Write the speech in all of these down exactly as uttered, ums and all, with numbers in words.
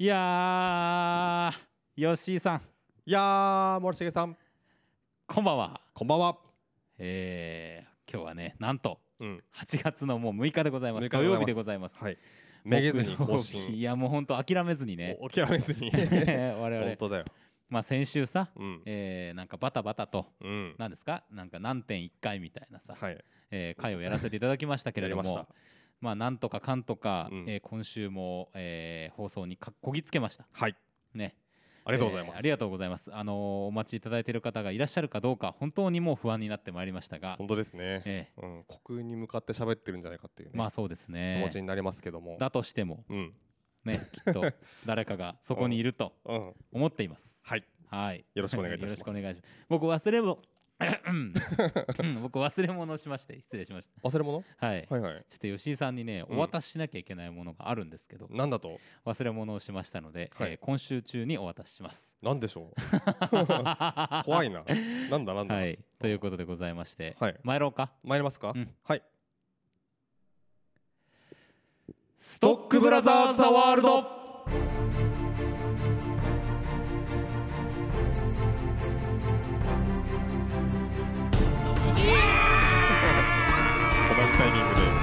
いやー、吉井さん、 いやー、森重さん、 こんばんは。 こんばんは。 えー、今日はね、なんとうん、 はちがつのもうむいかでございます。 むいかでございます土曜日でございます。 はい。めげずに更木曜日新。 いや、もう本当諦めずにね。 お諦めずに。 我々、 本当だよ。 まあ先週さ、 うん、 えーなんかバタバタと、 うん、 なんですか、なんか何点いっかいみたいなさ、 はい。 えー回をやらせていただきましたけれどもやりました。 まあなんとかかんとか、 うんえー今週も、えー放送にかこぎつけましたはい。 ね。 ありがとうございます。 えーありがとうございます。あのーお待ちいただいている方がいらっしゃるかどうか本当にもう不安になってまいりましたが、 本当ですね。 えうん、虚空に向かって喋ってるんじゃないかっていうね、 まあそうです気ね。 持ちになりますけども。 だとしてもうん、 ね、きっと誰かがそこにいるとうん、 思っています。 はい。 はい。 よろしくお願いいたしますよろしくお願いします。僕忘れ物うん僕忘れ物をしまして失礼しまし忘れ物？ た。はい。 はいはい。 ちょっと吉井さんにね、 うんお渡ししなきゃいけないものがあるんですけど、 なんだと？ 忘れ物をしましたので、 はいえー今週中にお渡しします。 なんでしょう。怖いな。なんだなんだ。 はい。ということでございまして、 はい。 参ろうか。 参りますか？ うんはい。 ストックブラザーズ・ザ・ワールド。 同じタイミングで。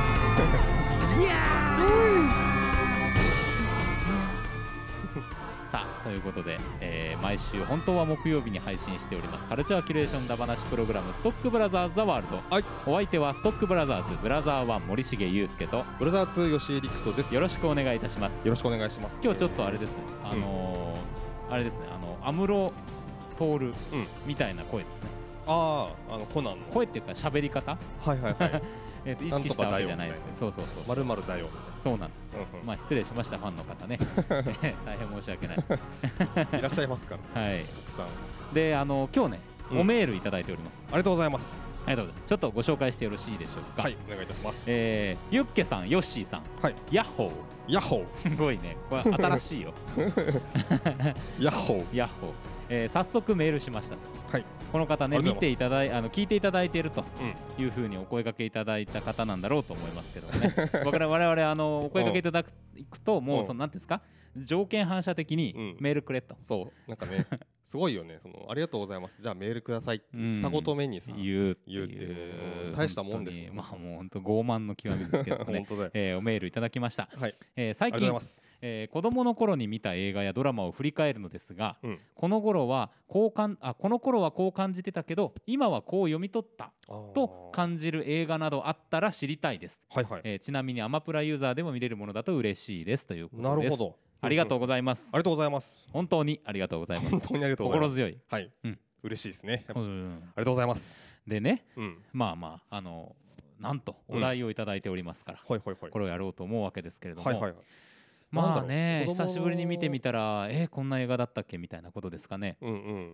さあということで、えー毎週本当は木曜日に配信しておりますカルチャーキュレーションだ話プログラムストックブラザーズ・ザ・ワールド。 はい。 お相手はストックブラザーズブラザーワン森重裕介とブラザーツー吉井陸斗です。 よろしくお願いいたします。 よろしくお願いします。 今日ちょっとあれですね、あのーあれですね、あの安室徹うん。 みたいな声ですね。 ああ、あのコナンの。 声っていうか喋り方はいはいはい。 えーと意識したわけじゃないですけど、そうそうそうまるまるだよみたいそうなんです。 な。うんうんまあ失礼しましたファンの方ね大変申し訳ないいらっしゃいますから、 はい。 たくさん。 であの今日ね、 うんおメールいただいております。 ありがとうございます。 ありがとうございます。ちょっとご紹介してよろしいでしょうか。 はい、お願いいたします。 えー、ユッケさん、ヨッシーさん、 はい。 ヤッホー。 ヤッホすごいね。これ新しいよ。 ー。ヤッホー。 ヤッホー。えー、早速メールしましたと。 はい。 この方ね、 ありがとうございます見ていただいあの聞いていただいているとうん。 いうふうにお声掛けいただいた方なんだろうと思いますけどもね。僕ら我々あのお声掛けいただくともうそのなんていうんですか、条件反射的にうんメールくれと。 そう、なんかね、すごいよね。そのありがとうございます。じゃあメールくださいってうん二言目にさ、 言うって言うっていいううね大したもんですよ本当にまあもう本当傲慢の極みですけどね本。当だよ。 えーおメールいただきました。 はい。 えー最ありがとうござい近ま、す。 えー子供の頃に見た映画やドラマを振り返るのですが、 うん。 この頃はこうかんあこの頃はこう感じてたけど今はこう読み取ったあーと感じる映画などあったら知りたいです。 はいはい。 えーちなみにアマプラユーザーでも見れるものだと嬉しいですということです。 なるほど。 ありがとううございますん。ありがとうございます。 本当にありがとうございます本。当にありがとうございます。 心強い。 はい。 うん嬉しいですね。ありうんがとうございます。 でね、 うん。 まあまああのなんとお題をいただいておりますから、 はいはいはい。 これをやろうと思うわけですけれども、 はいはいはい。 まあなねんだろう久しぶりに見てみたらえー、こんな映画だったっけみたいなことですかね。 うんうん。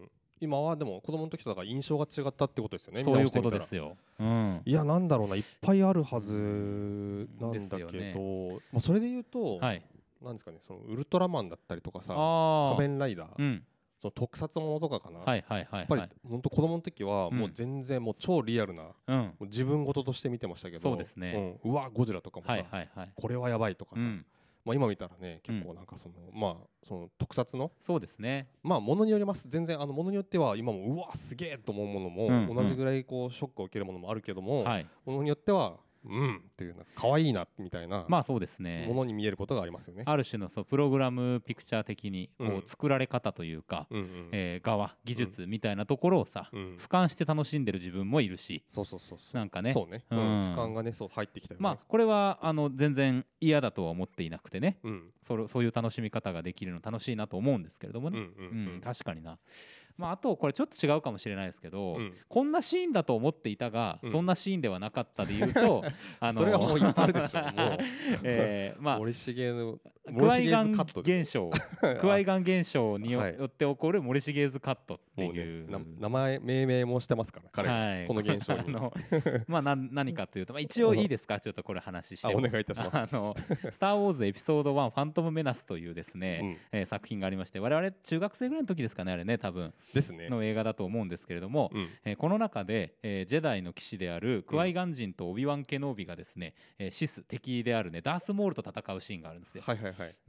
今はでも子供の時とだから印象が違ったってことですよね。 そういうこと見直してみたらですよ。うん。 いやなんだろうないっぱいあるはずなんだですよけねど、まあそれで言うと、 はい。 なんですかね、そのウルトラマンだったりとかさ、 ああ。 仮面ライダー、 うん。 その特撮ものとかかな。やはいはいはいっぱりはい。 本当子供の時はうんもう全然もう超リアルな、もうん。 う自分事として見てましたけど、 そうですねうん、うわゴジラとかもさ、 はいはいはい。 これはやばいとかさ、 うん。 まあ今見たらね結構なんかその、まあその特撮のそうですね。 まあものによります。全然あのものによっては今もうわすげえと思うものも、 うん同じぐらいこうショックを受けるものもあるけども、 はい。 ものによってはうんっていうなんか可愛いなみたいなまあそうですね。 ものに見えることがありますよね。 ある種のそうプログラムピクチャー的にこうんう作られ方というか、 うんうんえー側技術みたいなところをさ、 うん俯瞰して楽しんでる自分もいるし、 そうそうそうそう。 なんかねそうね。 ううんん。俯瞰がねそう入ってきたよね。 まあこれはあの全然嫌だとは思っていなくてね、 うんそれそういう楽しみ方ができるの楽しいなと思うんですけれどもうんうね。うんん確かにな。まあ、あとこれちょっと違うかもしれないですけど、 うんこんなシーンだと思っていたが、 うんそんなシーンではなかったで言うとあそれはもういっぱいあるでしょもうえーまあ森重のク森重ワイガンズカットで現象クワイガン現象によはいよって起こる森重ズカットってもういう、 ねな名前命名もしてますから彼が、 はい、 この現象あにのまあなん何かというと、まあ、一応いいですかちょっとこれ話してあもお願いいたします。 あのスター・ウォーズエピソードワンファントム・メナスというですね、 うんえー作品がありまして、我々中学生ぐらいの時ですかねあれね多分ですね。 の映画だと思うんですけれども、 うんえーこの中で、えージェダイの騎士であるクワイガン人とオビワン・ケノービがですね、えーシス敵であるねダース・モールと戦うシーンがあるんですよ。 はいはいはい。 ね、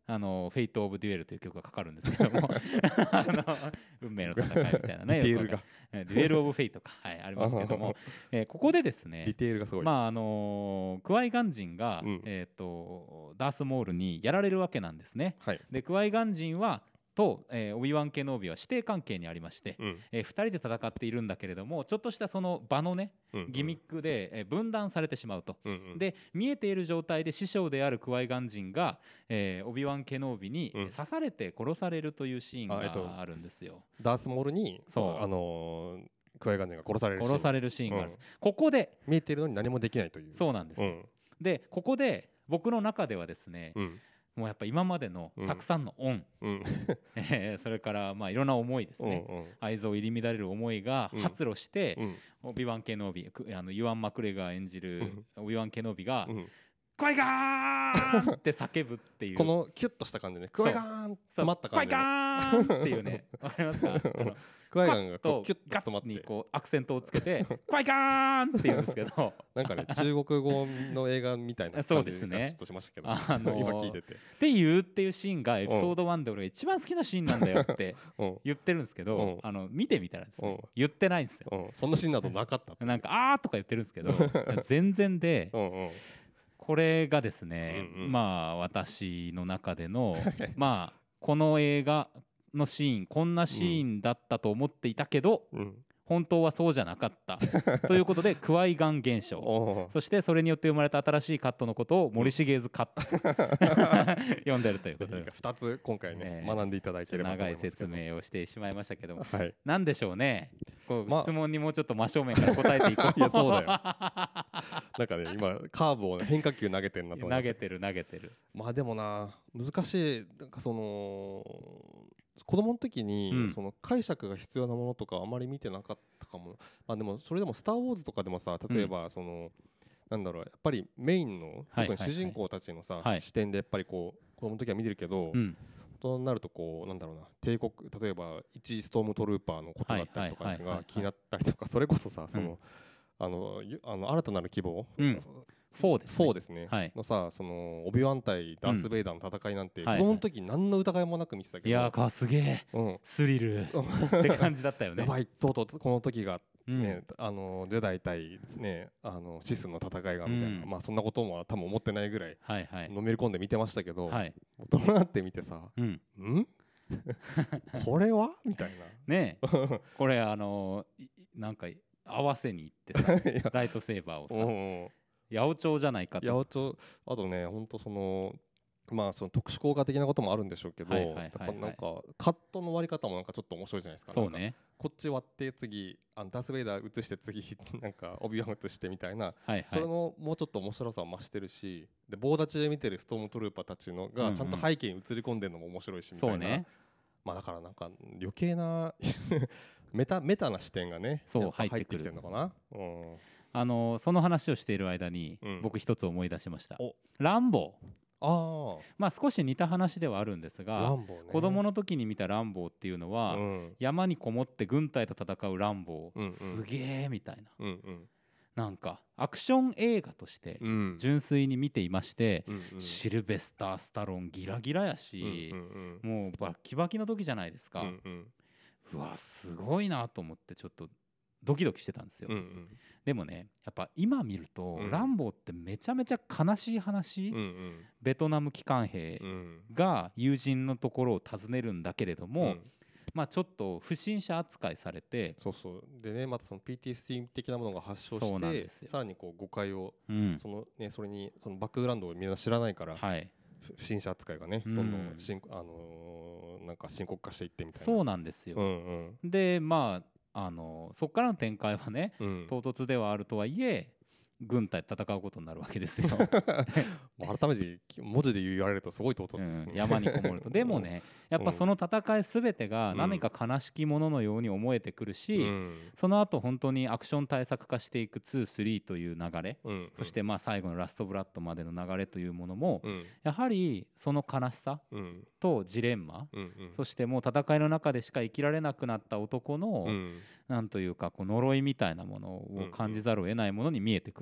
あのフェイト・オブ・デュエルという曲がかかるんですけどもあの運命の戦いみたいなねディテールがデュエル・オブ・フェイトか、はい、ありますけども、えー、ここでですディね、 テールがすごい。 まああのークワイガン人が、 うんえー、とダースモールにやられるわけなんですね。 はい。 でクワイガン人はと、えーオビワン・ケノービは師弟関係にありまして、 うんえー、ふたりで戦っているんだけれども、ちょっとしたその場のねうんうんギミックで、えー分断されてしまうと。 うんうんで見えている状態で師匠であるクワイガン人が、えーオビワン・ケノービにうん刺されて殺されるというシーンあえっとがあるんですよ。 ダースモールにそうあのークワイガン人が殺されるシーン殺されるシーンがあるんです、ここで見えてるのに何もできないという。 そうなんです、 うんでここで僕の中ではですね、 うんもうやっぱ今までのたくさんの恩、 うんえーそれからまあいろんな思いですね、 うんうん愛憎入り乱れる思いがうん発露して、 うんオビワン・ケノービくあのユアン・マクレガー演じるオビワン・ケノービがうん 「クワイガーン!」って叫ぶっていうこのキュッとした感じね。クワイガーン詰まったクワイ感じね。 ガーンっていうねわかりますか？あのクワイガンがことうキュッとガ詰まってッにこうアクセントをつけて「クワイガーン!」って言うんですけどなんかね中国語の映画みたいなそう感じですねがちょっとしましたけど、 あのー今聞いてて、 っていうっていうシーンがエピソードワンで俺が一番好きなシーンなんだよってうん言ってるんですけど、 うんあの見てみたらですね、 うん言ってないんですよ。 うん、そんなシーンなどなかったっていうなんか「あー」とか言ってるんですけど全然で、 うんうんこれがですね、 うんうんまあ私の中でのまあこの映画のシーンこんなシーンだったと思っていたけど、 うん本当はそうじゃなかったということでクワイガン現象、 おそしてそれによって生まれた新しいカットのことを森重図カット呼んでるということでふたつ今回ねね学んでいただければと思長いいますけど、 説明をしてしまいましたけども、 はいなんでしょうね、こうまあ質問にもうちょっと真正面から答えていこういやそうだよなんかね今カーブを変化球投げてるなと思いました投げてる投げてるまあでもな難しいなんかその子供の時に、 うんその解釈が必要なものとかあまり見てなかったかも。まあでもそれでも「スター・ウォーズ」とかでもさ例えばその、なんだろうやっぱりメインのはい特に主人公たちのさ、 はい視点でやっぱりこう子供の時は見てるけど、 うん大人になるとこうなんだろうな帝国例えば一ストームトルーパーのことだったりとかはいはいはいはいが気になったりとかそれこそさその、 うんあのゆあの新たなる希望、 うんフォーですねフォーですね、 はいのさそのオビワン対ダース・ベイダーの戦いなんて、 うんはい子供の時何の疑いもなく見てたけど、 いやーかすげえうん、 スリルって感じだったよねやばいとうとうこの時が、 うんねあのジェダイ対、ね、あのシスの戦いがみたいな、 うんまあそんなことも多分思ってないぐらいはいはいのめり込んで見てましたけど、 はい大人になってみてさうんんこれはみたいねえこれあのーいなんか合わせに行ってさな。いやライトセーバーをさうんうん八百長じゃないかと八百長あとね本当そのまあその特殊効果的なこともあるんでしょうけど、 はいはいはいはいやっぱなんかカットの割り方もなんかちょっと面白いじゃないですか。なんかそうねこっち割って次あのダース・ベイダー移して次なんかオビワン移してみたいな、 はいはいそれのもうちょっと面白さを増してるしで棒立ちで見てるストームトルーパーたちのうんうんがちゃんと背景に映り込んでるのも面白いしみたいな、 そうねまあだからなんか余計なメタメタな視点がねそうやっぱ入ってくるきてるのかな。うんあのーその話をしている間にうん僕一つ思い出しましたおランボーあまあ少し似た話ではあるんですあがランボーね子供の時に見たランボーっていうのはうん山にこもって軍隊と戦うランボうんうんーすげえみたいなうんうんなんかアクション映画としてうん純粋に見ていましてうんうんシルベスター・スタロンギラギラやしうんうんもうバッキバキの時じゃないですかうんうんうわすごいなと思ってちょっとドキドキしてたんですよ、 うんうんでもねやっぱ今見ると、 うんランボーってめちゃめちゃ悲しい話、 うんうんベトナム帰還兵うんが友人のところを訪ねるんだけれども、 うんまあちょっと不審者扱いされて、 そうそうでねまたその ピーティーエスディー 的なものが発症そうなんしてですよさらにこう誤解をうんそのねそれにそのバックグラウンドをみんな知らないからはい、 不不審者扱いがねうんどんどん深あのーなんか深刻化していってみたいなそうなんですよ、 うんうんでまああのそこからの展開はねうん唐突ではあるとはいえ軍隊と戦うことになるわけですよ、 もう改めて文字で言われるとすごい唐突うですねん、山にこもるとでもねやっぱその戦い全てが何か悲しきもののように思えてくるし、 うんその後本当にアクション対策化していくに、さんという流れ、 うんそしてまあ最後のラストブラッドまでの流れというものも、 うんやはりその悲しさうんとジレンマ、 うんうんそしてもう戦いの中でしか生きられなくなった男の、 うんなんというかこう呪いみたいなものを感じざるを得ないものに見えてくるという、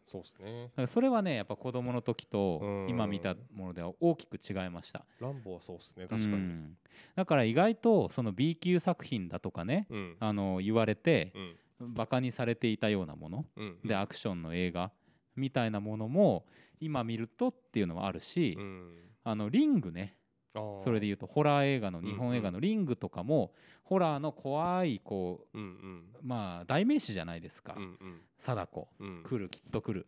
そうですね。 だからそれはねやっぱ子供の時とうん今見たものでは大きく違いました。 ランボーはそうですね、確かに。 うんだから意外とその B 級作品だとかね、 うんあの言われてうんバカにされていたようなものうんでアクションの映画みたいなものも今見るとっていうのはあるし、 うんあのリングね、 あーそれでいうとホラー映画のうんうん日本映画のリングとかもホラーの怖いこうんうんうまあ代名詞じゃないですか、 うんうん貞子うん来るきっと来る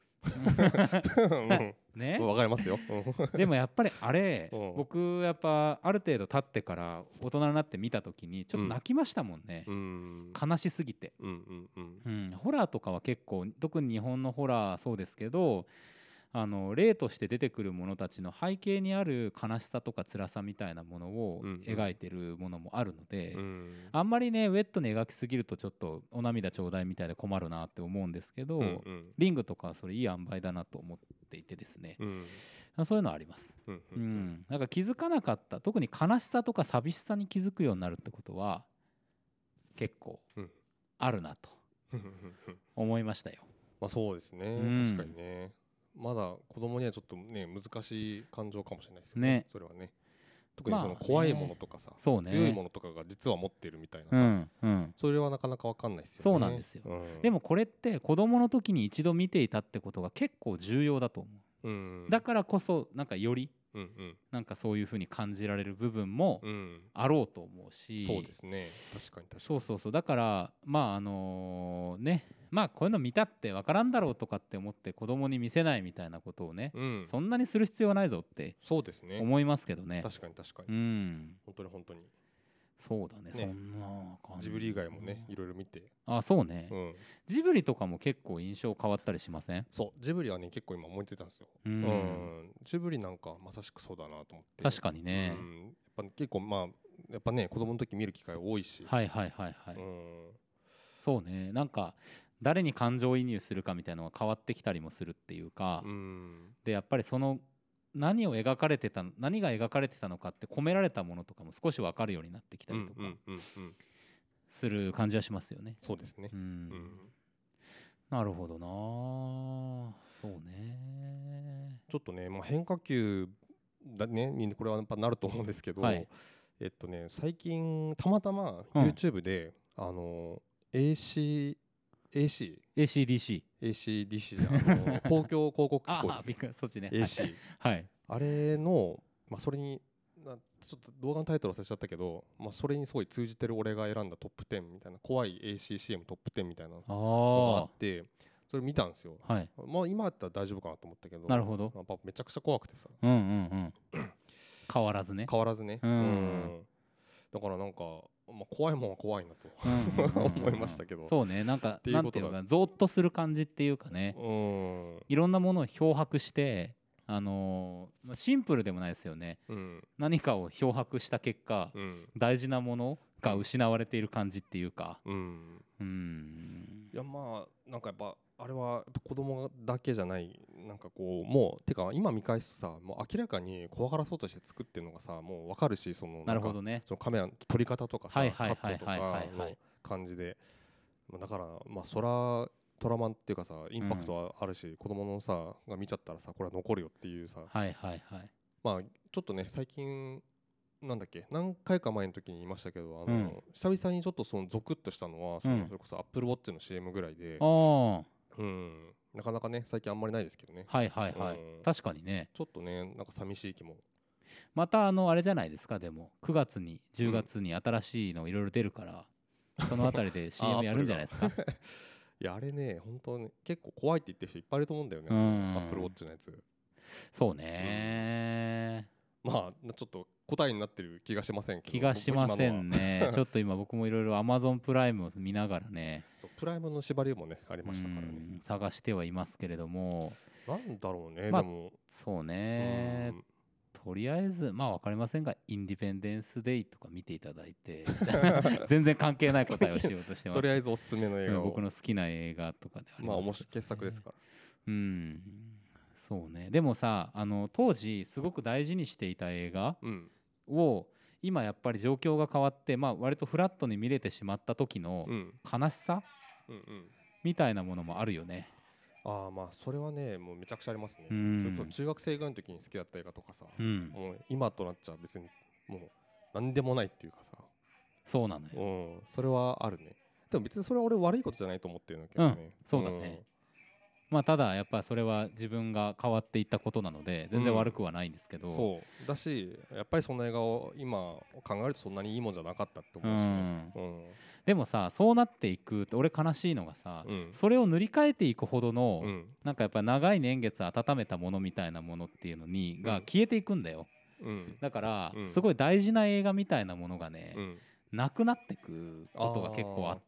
うんねわかりますよ。 でもやっぱりあれうん僕やっぱある程度経ってから大人になって見た時にちょっと泣きましたもんね、 うん悲しすぎて、 うんうんうんうん、ホラーとかは結構特に日本のホラーそうですけどあの例として出てくる者たちの背景にある悲しさとか辛さみたいなものをうんうん描いてるものもあるので、 うんあんまりねウェットに描きすぎるとちょっとお涙ちょうだいみたいで困るなって思うんですけど、 うんうんリングとかはそれいい塩梅だなと思っていてですね、 うんそういうのあります。 うんううんん、なんか気づかなかった特に悲しさとか寂しさに気づくようになるってことは結構うんあるなとうんうん思いましたよ。 まあそうですね、 うん確かにね。まだ子供にはちょっとね難しい感情かもしれないですよね。 ねそれはね。特にそのまあね怖いものとかさ、 そうね強いものとかが実は持っているみたいなさ、 うんうん、 それはなかなかわかんないですよね。 そうなんですようん、 でもこれって子供の時に一度見ていたってことが結構重要だと思う。 うん、 だからこそなんかよりうんうんなんかそういう風に感じられる部分もうん、 あろうと思うし、 そうですね。確かに確かに。 そうそうそうだからまああのねまあこういうの見たって分からんだろうとかって思って子供に見せないみたいなことをね、 うん、 そんなにする必要はないぞってそうですね。 思いますけどね。 確かに確かうに。 ん本当に本当に。 そうだねねそんな感じ。 ジブリ以外もね、いろいろ見て。 あそうね、 うん、 ジブリとかも結構印象変わったりしません？ そう、ジブリはね、結構今思いついたんですよ。 ううんん、ジブリなんかまさしくそうだなと思って。 確かにね、 うん、やっぱ結構まあやっぱね子供の時見る機会多いし、 はいはいはいはい、 うん、 そうねなんか誰に感情移入するかみたいなのが変わってきたりもするっていうか、 うん、 でやっぱりその何を描かれてた何が描かれてたのかって込められたものとかも少し分かるようになってきたりとかうんうんうんうん、 する感じはしますよね。 そうですねう。ん、 うん、 なるほどなそうねちょっとね、まあ、変化球だねにこれはやっぱなると思うんですけど、 はいえっとね最近たまたまうん YouTube で、あの エーシー AC エーシーディーシーエーシーディーシー あの公共広告機あ構ですよあびっくりそっちねエーシーはい、はいあれの、まあ、それになちょっと動画のタイトル忘れちゃったけど、まあ、それにすごい通じてる俺が選んだトップテンみたいな怖い エーシーシーエム トップテンみたいなのがああってそれ見たんですよ。 あはいまあ今だったら大丈夫かなと思ったけどなるほどやっぱめちゃくちゃ怖くてさうんうんうん変わらずね変わらずね、 うんうんだからなんか、まあ、怖いもんは怖いなとうんうんうんうん思いましたけどそうねなんかていうことがなんていうのかゾーッとする感じっていうかねうんいろんなものを漂白してあのーまあシンプルでもないですよねうん何かを漂白した結果うん大事なものが失われている感じっていうかうんうんいやまあなんかやっぱあれはやっぱ子供だけじゃないなんかこうもうてか今見返すとさもう明らかに怖がらそうとして作ってるのがさもう分かるしそのなるほどねそのカメラの撮り方とかさカはいはいはいットとはいはいかの感じでまあだからまあそらトラウマっていうかさインパクトはあるし、子供のさが見ちゃったらさこれは残るよっていうさはいはいはいまあちょっとね最近なんだっけ何回か前の時に言いましたけどあの、 うん久々にちょっとそのゾクッとしたのはそうんのそれこそアップルウォッチの シーエム ぐらいで、 ああはうん、なかなかね最近あんまりないですけどねいはいはいうん確かにねちょっとねなんか寂しい気もまたあのあれじゃないですかでもくがつにじゅうがつに新しいのいろいろ出るからそのあたりで シーエム やるんじゃないですかいやあれね本当ね結構怖いって言ってる人いっぱいいると思うんだよねうんアップルウォッチのやつそうねまあちょっと答えになってる気がしませんけど気がしませ僕今のはんねちょっと今僕もいろいろ Amazon プライムを見ながらねそうプライムの縛りもねありましたからねうん探してはいますけれどもなんだろうね、 まあでもそうねとりあえずまあ分かりませんがインディペンデンス・デイとか見ていただいて全然関係ない答えをしようとしてますとりあえずおすすめの映画をうん僕の好きな映画とかでありますまあ面白い傑作ですからうんそうねでもさあの当時すごく大事にしていた映画うんを今やっぱり状況が変わってまあ割とフラットに見れてしまった時のうん悲しさうんうんみたいなものもあるよね。 ああまあそれはねもうめちゃくちゃありますね、 うそれんこそ中学生ぐらいの時に好きだった映画とかさ、 うんもう今となっちゃ別にもう何でもないっていうかさ、 そうなのよ。 うん、それはあるね。でも別にそれは俺悪いことじゃないと思ってるんだけどね、 うんそうだね、まあただやっぱそれは自分が変わっていったことなので全然悪くはないんですけど、 そうだしやっぱりそんな映画を今考えるとそんなにいいもんじゃなかったって思うしね、うんでもさそうなっていくと俺悲しいのがさ、 うんそれを塗り替えていくほどの、 うんなんかやっぱ長い年月温めたものみたいなものっていうのにがうん消えていくんだよ。 うんだからうんすごい大事な映画みたいなものがね、 うんなくなってくことが結構あって、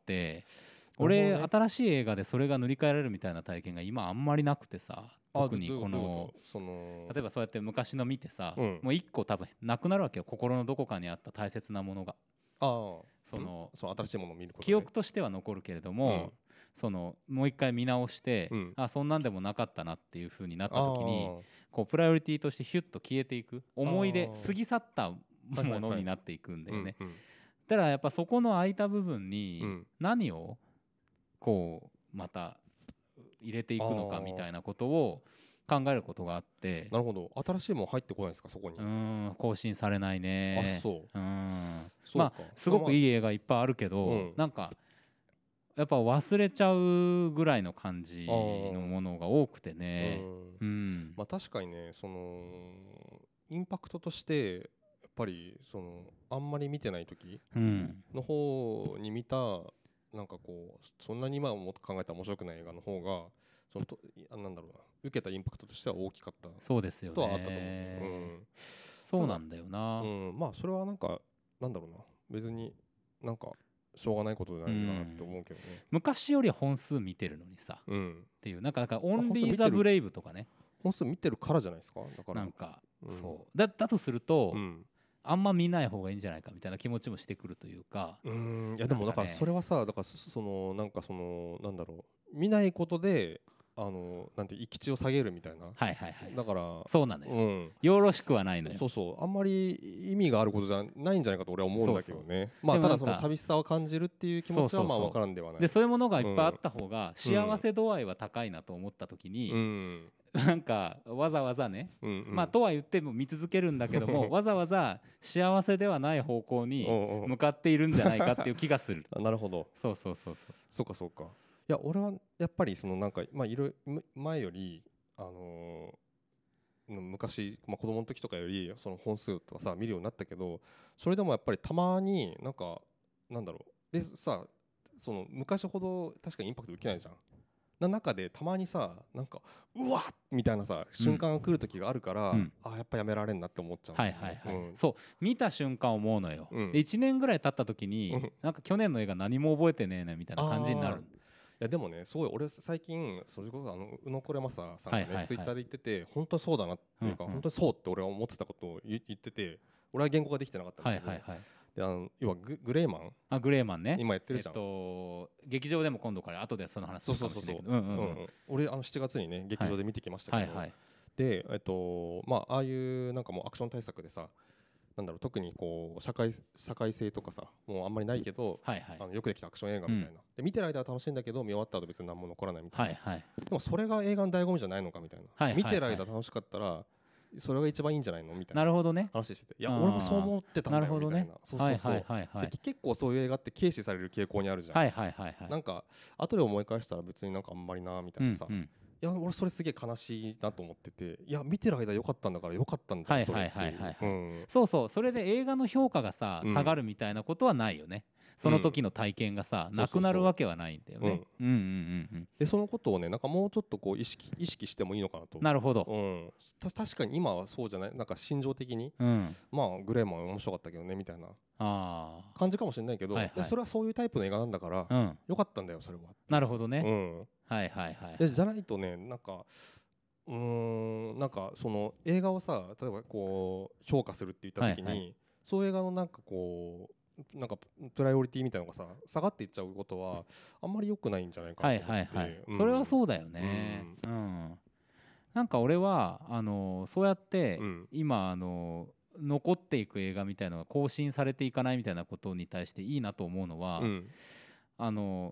あーなる俺ほどね新しい映画でそれが塗り替えられるみたいな体験が今あんまりなくてさ、 あ特にどどういうこのとその例えばそうやって昔の見てさ、 うんもう一個多分なくなるわけよ、心のどこかにあった大切なものが。 ああそのその新しいものを見ることで記憶としては残るけれども、 うんそのもう一回見直して、 うんあそんなんでもなかったなっていう風になった時にあこうプライオリティとしてヒュッと消えていく、思い出あー過ぎ去ったもはいはいはいのになっていくんだよね。 うんうんだからやっぱそこの空いた部分にうん何をこうまた入れていくのかみたいなことを考えることがあって、 なるほど新しいもの入ってこないですかそこに、 うーん更新されないね。 あそううんそうかまあすごくいいい映画いっぱいあるけど、 うんなんかやっぱ忘れちゃうぐらいの感じのものが多くてね。 ううんんまあ確かにねそのインパクトとしてやっぱりそのあんまり見てない時うんの方に見たなんかこうそんなに今も考えたら面白くない映画の方がそのとあなんだろうな受けたインパクトとしては大きかったそうですよとはあったと思う、 ね。そうなんだよな。 うんうん、まあそれはなんかなんだろうな別になんかしょうがないことじゃないかなって思うけどね。 昔より本数見てるのにさっうん。 ていう、なんかなんかオンリー・本数見てるザ・ブレイブとかね、 本数見てるからじゃないですか。だから。 なんかうんそうだだとすると、 うん。 あんま見ない方がいいんじゃないかみたいな気持ちもしてくるというか、 うんいやでもだからなんかねそれはさだからそそのなんかそのなんだろう見ないことであのなんて域地を下げるみたいな。 はいはいはい、 だからそうなのよ、 うん。 よろしくはないのよ。 そうそうあんまり意味があることじゃないんじゃないかと俺は思うんだけどね。まあでもなんかただその寂しさを感じるっていう気持ちはまあそうそうそう分からんではない。 でそういうものがいっぱいあった方が幸せ度合いは高いなと思った時に、 うんなんかわざわざね、 うんうん。 まあとは言っても見続けるんだけどもわざわざ幸せではない方向におうおう向かっているんじゃないかっていう気がする。 あなるほど。 そうそうそうそうそうかそうか。いや俺はやっぱりそのなんかまあいろむ前よりあのー昔、まあ、子供の時とかよりその本数とかさ見るようになったけど、それでもやっぱりたまになんかなんだろうでさその昔ほど確かにインパクト受けないじゃん。な中でたまにさなんかうわっみたいなさ瞬間が来る時があるから、 うんあやっぱやめられんなって思っちゃう、 はいはいはい、 うんそう見た瞬間思うのよ、 うんでいちねんぐらい経った時に、 うんなんか去年の映画何も覚えてねえなみたいな感じになる。 いやでもねすごい俺最近それこそあの宇野これまささんがね、 はいはいはいツイッターで言ってて本当にそうだなっていうか、 うんうん本当にそうって俺は思ってたことを言言ってて俺は言語ができてなかったんだけど、 はいはいはい。 であの要はググレーマンあグレーマンね。 今やってるじゃん、 えっと劇場でも今度から後でその話すそうそうそうそうるかもしれないけど、うんうんうんうんうん俺あのしちがつにね劇場で見てきましたけど、 はいはいでえっとまあああいうなんかもうアクション対策でさなんだろう特にこう社会社会性とかさもうあんまりないけど、 はいはいあのよくできたアクション映画みたいな、で見てる間は楽しいんだけど見終わった後別に何も残らないみたいな、 はいはいでもそれが映画の醍醐味じゃないのかみたいな、 はいはいはい見てる間楽しかったらそれが一番いいんじゃないのみたいななるほどね。 話してて、いやあー俺もそう思ってたんだなるほどねよみたいな、そうそうそう、 はいはいはいはいで結構そういう映画って軽視される傾向にあるじゃん、 はいはいはいはい。 なんか後で思い返したら別になんかあんまりなみたいなさ、 うんうんいや俺それすげえ悲しいなと思ってて、いや見てる間良かったんだから良かったんだよそれってはいはいはいはいいううんそうそう、それで映画の評価がさうん下がるみたいなことはないよね。その時の体験がさ、 うんなくなるわけはないんだよね。うんうんうんうん。 でそのことをねなんかもうちょっとこう意識意識してもいいのかなと。 なるほど。 うん、た確かに今はそうじゃないなんか心情的にうん。 まあグレーマン面白かったけどねみたいなあ感じかもしれないけど、 はいはいいやそれはそういうタイプの映画なんだから、 あ。うん。 よかったんだよそれは。 なるほどね。 うん、 はいはいはい。 でじゃないとねなんかうーんなんかその映画をさ例えばこう評価するって言った時に、 はいはそういう映画のなんかこうなんかプライオリティみたいなのがさ下がっていっちゃうことはあんまり良くないんじゃないかはいなと思って、 はいはい。 うんそれはそうだよね。うん。なんか俺はあのそうやってうん今あの残っていく映画みたいなのが更新されていかないみたいなことに対していいなと思うのは、 うんあの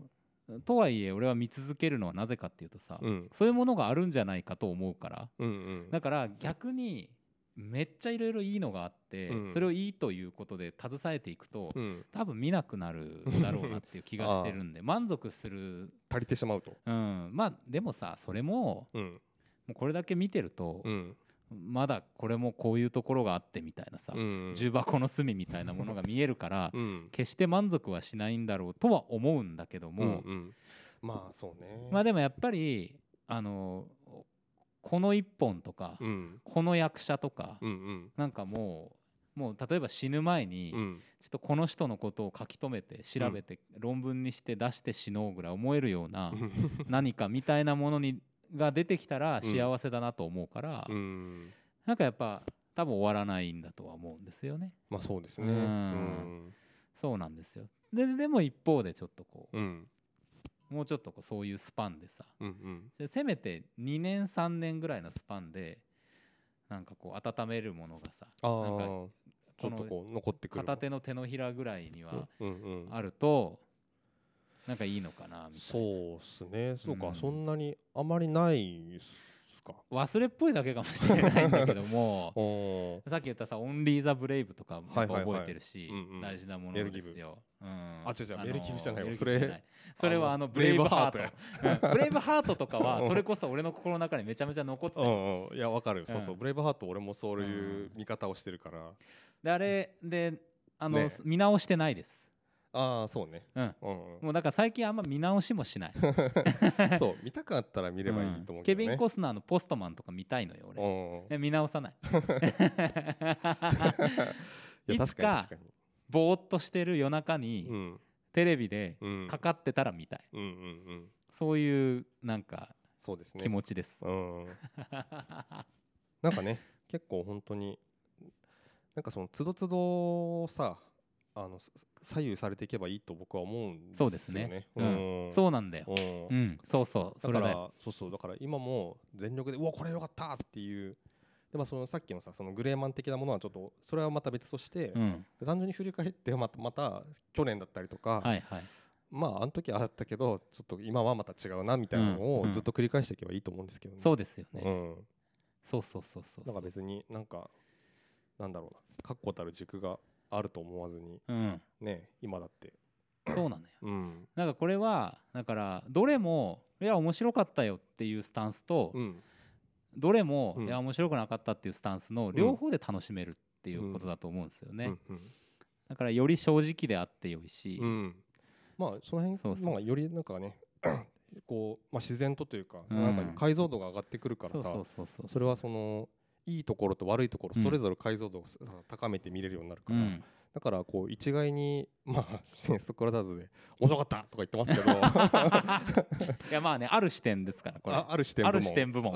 とはいえ俺は見続けるのはなぜかっていうとさ、 うんそういうものがあるんじゃないかと思うから、 うんうんだから逆にめっちゃいろいろいいのがあって、 うんそれをいいということで携えていくと、 うん多分見なくなるだろうなっていう気がしてるんで満足する、 足りてしまうと。 うん、まあでもさそれもうんもうこれだけ見てると、 うんまだこれもこういうところがあってみたいなさ、 うん重箱の隅みたいなものが見えるからうん決して満足はしないんだろうとは思うんだけども、 うんうんまあそうね。 まあでもやっぱりあのこの一本とか、 うんこの役者とか、 うんうんなんかもうもう例えば死ぬ前に、 うんちょっとこの人のことを書き留めて調べて、論文にして出して死のうぐらい思えるような何かみたいなものにが出てきたら幸せだなと思うから、 うん、 なんかやっぱ多分終わらないんだとは思うんですよね。 まあそうですね。 ううんんそうなんですよ。ででも一方でちょっとこうんうもうちょっとこうそういうスパンでさ、 うんうんじゃあせめてにねんさんねんぐらいのスパンでなんかこう温めるものがさ、 あなんかあちょっとこう残ってくる。 片手の手のひらぐらいにはうんうんうんあるとなんかいいのかなみたいな。 そうっすね。そうか、 うんそんなにあまりないっすか。 忘れっぽいだけかもしれないんだけどもおーさっき言ったさ「オンリー・ザ・ブレイブ」とかもやっぱ覚えてるし、 はいはいはいうんうん大事なものですよ。うん、 あ違う違うのメルギブじゃないわメルギそれブじゃないそれはあのあのブレイブハートブレイブハーうんブレイブハートとかはうんそれこそ俺の心の中にめちゃめちゃ残ってたうよ。 んうんいやわかる。そうそううんブレイブハート俺もそういう見方をしてるから。 であれであの、 ね見直してないです。 ああそうね。 うんうんもうだから最近あんま見直しもしない。 うんそう見たかったら見ればいいと思うけどね。 ケビン・コスナーのポストマンとか見たいのよ俺。 うんえ見直さない。 いやいつか確かに確かに。 ぼーっとしてる夜中にうんテレビでうんかかってたら見たい。 うんうんうんそういうなんかそうですね。 気持ちです。 うんなんかね結構本当になんかその都度都度さあのす左右されていけばいいと僕は思うんですよね。 そうですねううんそうなんだよ。 うんうん、そうそう、そだかられだよ。 そうそうだから今も全力でうわこれよかったっていうで、まあ、そのさっきのさそのグレーマン的なものはちょっとそれはまた別として、 うん、 で単純に振り返ってまたまた去年だったりとか、 はいはい。 まああの時はあったけどちょっと今はまた違うなみたいなのうんうんをずっと繰り返していけばいいと思うんですけどね。 そうですよね。 うんそうそうそうそう。 だから別になんかなんだろうな確固たる軸があると思わずにうん、 ね今だってそうなのよ。 うんなんかこれはだからどれもいや面白かったよっていうスタンスと、 うんどれもうんいや面白くなかったっていうスタンスの両方で楽しめるっていうことだと思うんですよね。 うんうんだからより正直であってよいし、 うんまあその辺そうそうそうまあよりなんかねこうまあ自然とというかうんなんか解像度が上がってくるからさそうそうそうそうそれはそのいいところと悪いところうんそれぞれ解像度をさ高めて見れるようになるから、 うん、 だからこう一概にまあねストックラダーズで面白かったとか言ってますけどいやまあねある視点ですからこれあある視点部門ある視点部門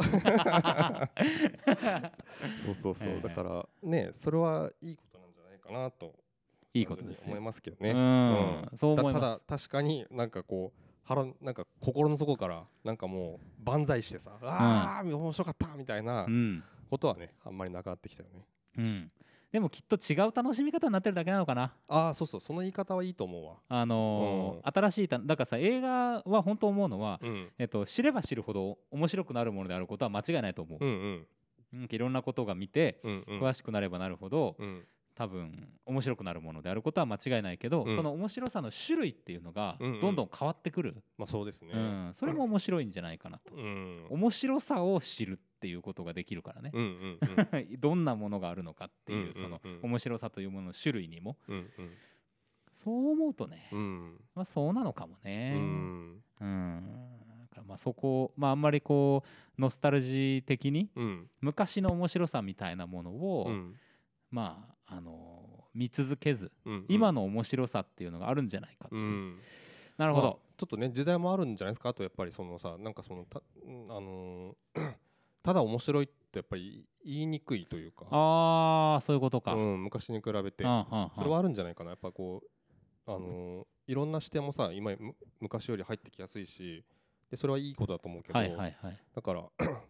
そうそうそう、 ええだからねそれはいいことなんじゃないかなといいことですよ思いますけどね。 うんそう思います。 だただ確かになんかこう腹なんか心の底からなんかもう万歳してさ、ああ面白かったみたいなうんことはねあんまりなくなってきたよね。 うん、でもきっと違う楽しみ方になってるだけなのかな。 ああそうそうその言い方はいいと思うわ。 あのー新しいただからさ映画は本当思うのは、 うんえっと、知れば知るほど面白くなるものであることは間違いないと思う、 うんうんうん、いろんなことが見てうんうん詳しくなればなるほど、 うん多分面白くなるものであることは間違いないけど、 うんその面白さの種類っていうのがうんうんどんどん変わってくる、 まあそうですね。 うんそれも面白いんじゃないかなと、 うん面白さを知るっていうことができるからね、 うんうんうんどんなものがあるのかっていう、 うんうんうんその面白さというものの種類にもうんそう思うとね、 うんまあ、そうなのかもうね。 んうんだからまあそこ、まあ、あんまりこうノスタルジー的にうん昔の面白さみたいなものを、 うんまああの見続けず、 うん今の面白さっていうのがあるんじゃないかっていう、 うんなるほど、 まあちょっとね時代もあるんじゃないですか。あとやっぱりそのさなんかそのたうんあのーただ面白いってやっぱり言いにくいというかああそういうことか、 うん、昔に比べてはんはんはんそれはあるんじゃないかな。やっぱこう、あのーいろんな視点もさ今む昔より入ってきやすいしでそれはいいことだと思うけど、 はいはいはいだから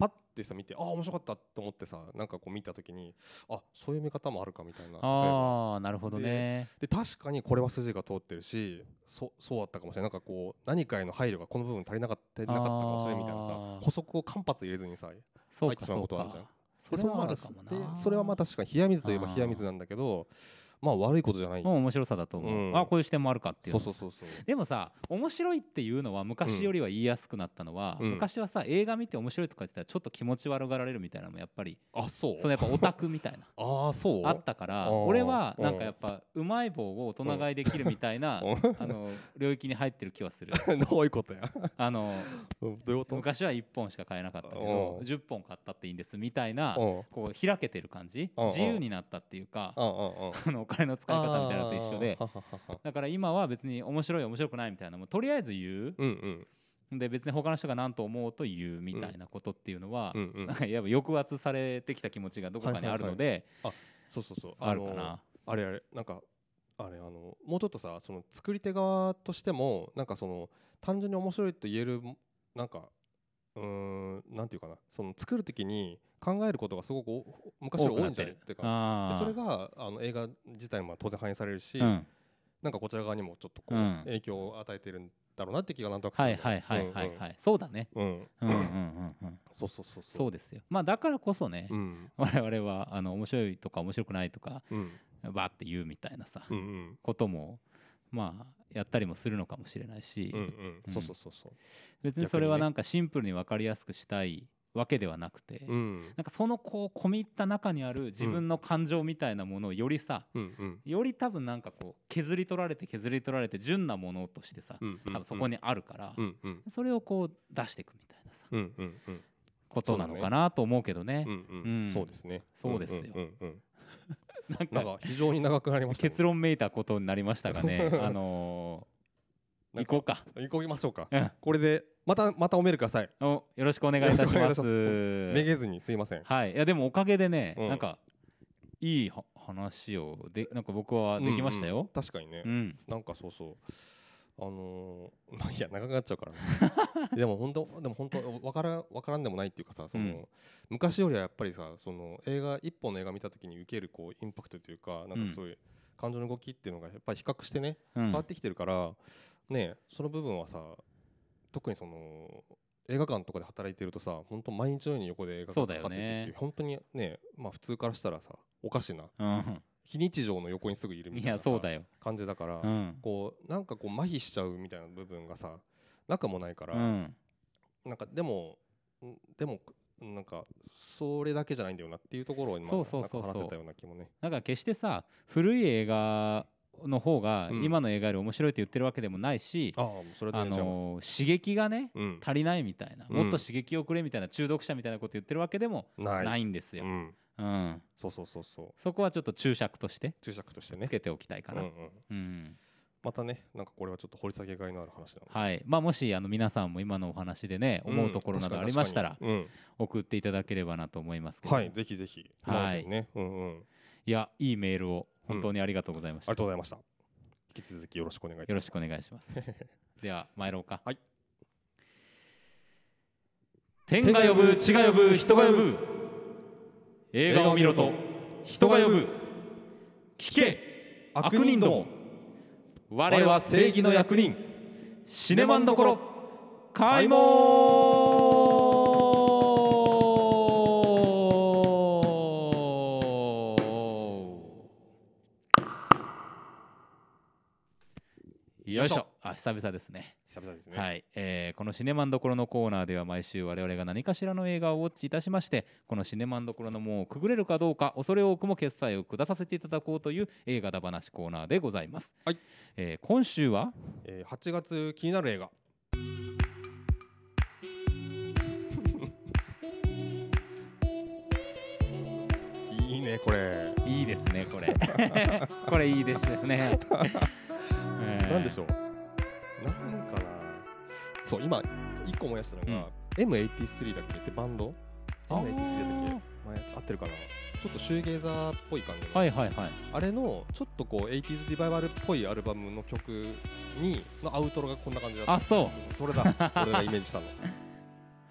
パッてさ見てあ面白かったと思ってさなんかこう見た時にあそういう見方もあるかみたいな。 ああなるほどね。 で確かにこれは筋が通ってるし そ, そうだったかもしれない。なんかこう何かへの配慮がこの部分足りなかった足りなかったかもしれないみたいなさ補足を間髪入れずにさ入ってしまうことあるじゃん。それはあるかもな。 でそれはまあ確かに冷や水といえば冷や水なんだけどまあ悪いことじゃない。 もう面白さだと思う、うん、あこういう視点もあるかっていう。 そうそうそうそう。 でもさ面白いっていうのは昔よりは言いやすくなったのは、うん、昔はさ映画見て面白いとか言ってたらちょっと気持ち悪がられるみたいなのもやっぱりあそうそのやっぱオタクみたいなあそうあったから俺はなんかやっぱうまい棒を大人買いできるみたいな、うん、あの領域に入ってる気はする。 どういうことやあのどういうこと。 昔はいっぽんしか買えなかったけどじゅっぽん買ったっていいんですみたいなこう開けてる感じ自由になったっていうかあのお金の使い方みたいなみたいなのと一緒でだから今は別に面白い面白くないみたいなもうとりあえず言う、うんうん、で別に他の人が何と思うと言うみたいなことっていうのは、うんうん、なんかやっぱ抑圧されてきた気持ちがどこかにあるので、はいはいはい、あそうそうそうあるかな。 あれあれなんかあれあのもうちょっとさその作り手側としてもなんかその単純に面白いと言えるなんかうーんなんていうかなその作るときに考えることがすごく昔より多いんじゃないっていうかでそれがあの映画自体も当然反映されるし、うん、なんかこちら側にもちょっとこう、うん、影響を与えてるんだろうなって気がなんとなくする。 はいはいはいはいはい、うんうん、そうだね。うんうんうんうんうんそうそうそうそうそうですよ。まあだからこそね、うん、我々はあの面白いとか面白くないとか、うん、バーって言うみたいなさ、うんうん、こともまあやったりもするのかもしれないし、うんうんうん、そうそうそうそう別にそれはなんかシンプルに分かりやすくしたいわけではなくて、うん、なんかそのこう込み入った中にある自分の感情みたいなものをよりさ、うんうん、より多分なんかこう削り取られて削り取られて純なものとしてさ、うんうんうん、多分そこにあるから、うんうん、それをこう出していくみたいなさ、うんうんうん、ことなのかなと思うけどね。 うんうんうん、そうですね。 そうですよ。うんうんうんなんかなんか非常に長くなりました、ね、 結論めいたことになりましたがねあのー、行こうか行こうましょうか、うん、これでまたまたおメールください。 およろしくお願いいたします。 めげずにすいません。 はい、いやでもおかげでね、うん、なんかいい話をでなんか僕はできましたよ、 うんうん、確かにね、うん、なんかそうそうあのー、まあいや長くなっちゃうから、ね、でも本当でも本当分からん分からんでもないっていうかさその、うん、昔よりはやっぱりさその映画一本の映画見た時に受けるこうインパクトというかなんかそういう感情の動きっていうのがやっぱり比較してね、うん、変わってきてるからねその部分はさ特にその映画館とかで働いてるとさ本当毎日のように横で映画館かかっててっていう、ね、本当にねまあ普通からしたらさおかしな、うん非日常の横にすぐいるみたいなさいやそうだよ感じだから、うん、こうなんかこう麻痺しちゃうみたいな部分がさなくもないから、うん、なんかでもでもなんかそれだけじゃないんだよなっていうところを今なんか話せたような気もね。 なんか決してさ古い映画の方が今の映画より面白いって言ってるわけでもないし、うん、あそれであの刺激がね、うん、足りないみたいな、もっと刺激をくれみたいな中毒者みたいなこと言ってるわけでもないんですよ。うんうん、 そうそうそうそうそこはちょっと注釈として注釈としてねつけておきたいかな、うんうんうん、 またねなんかこれはちょっと掘り下げがいのある話なので、 はいまあ、もしあの皆さんも今のお話でね、うん、思うところなどありましたら、うん、送っていただければなと思いますけど、 はいぜひぜひはいね、うんうん、いやいいメールを本当にありがとうございました、 うん、ありがとうございました。引き続きよろしくお願いいたします。 よろしくお願いしますでは参ろうか。はい、天が呼ぶ地が呼ぶ人が呼ぶ映画を見ろと人が呼ぶ聞け悪人ども我は正義の役人シネマンどころ開門。よいしょ。あ久々ですね。 久々ですね。 はい、えー、このシネマンどころのコーナーでは毎週我々が何かしらの映画をウォッチいたしまして、このシネマンどころの門をくぐれるかどうか恐れ多くも決済を下させていただこうという映画だ話コーナーでございます。はい、えー、今週は、 えー、はちがつ気になる映画いいねこれ。 いいですねこれこれいいですよねなんでしょうなんかなそう今いっこ思い出したのが、うん、エムエイティースリー だっけってバンド エムエイティースリー だっけ前合ってるかなちょっとシューゲーザーっぽい感じの、 はいはいはい、 あれのちょっとこう エイティーズ リバイバルっぽいアルバムの曲にのアウトロがこんな感じだった。 あそうそれだ俺がイメージしたの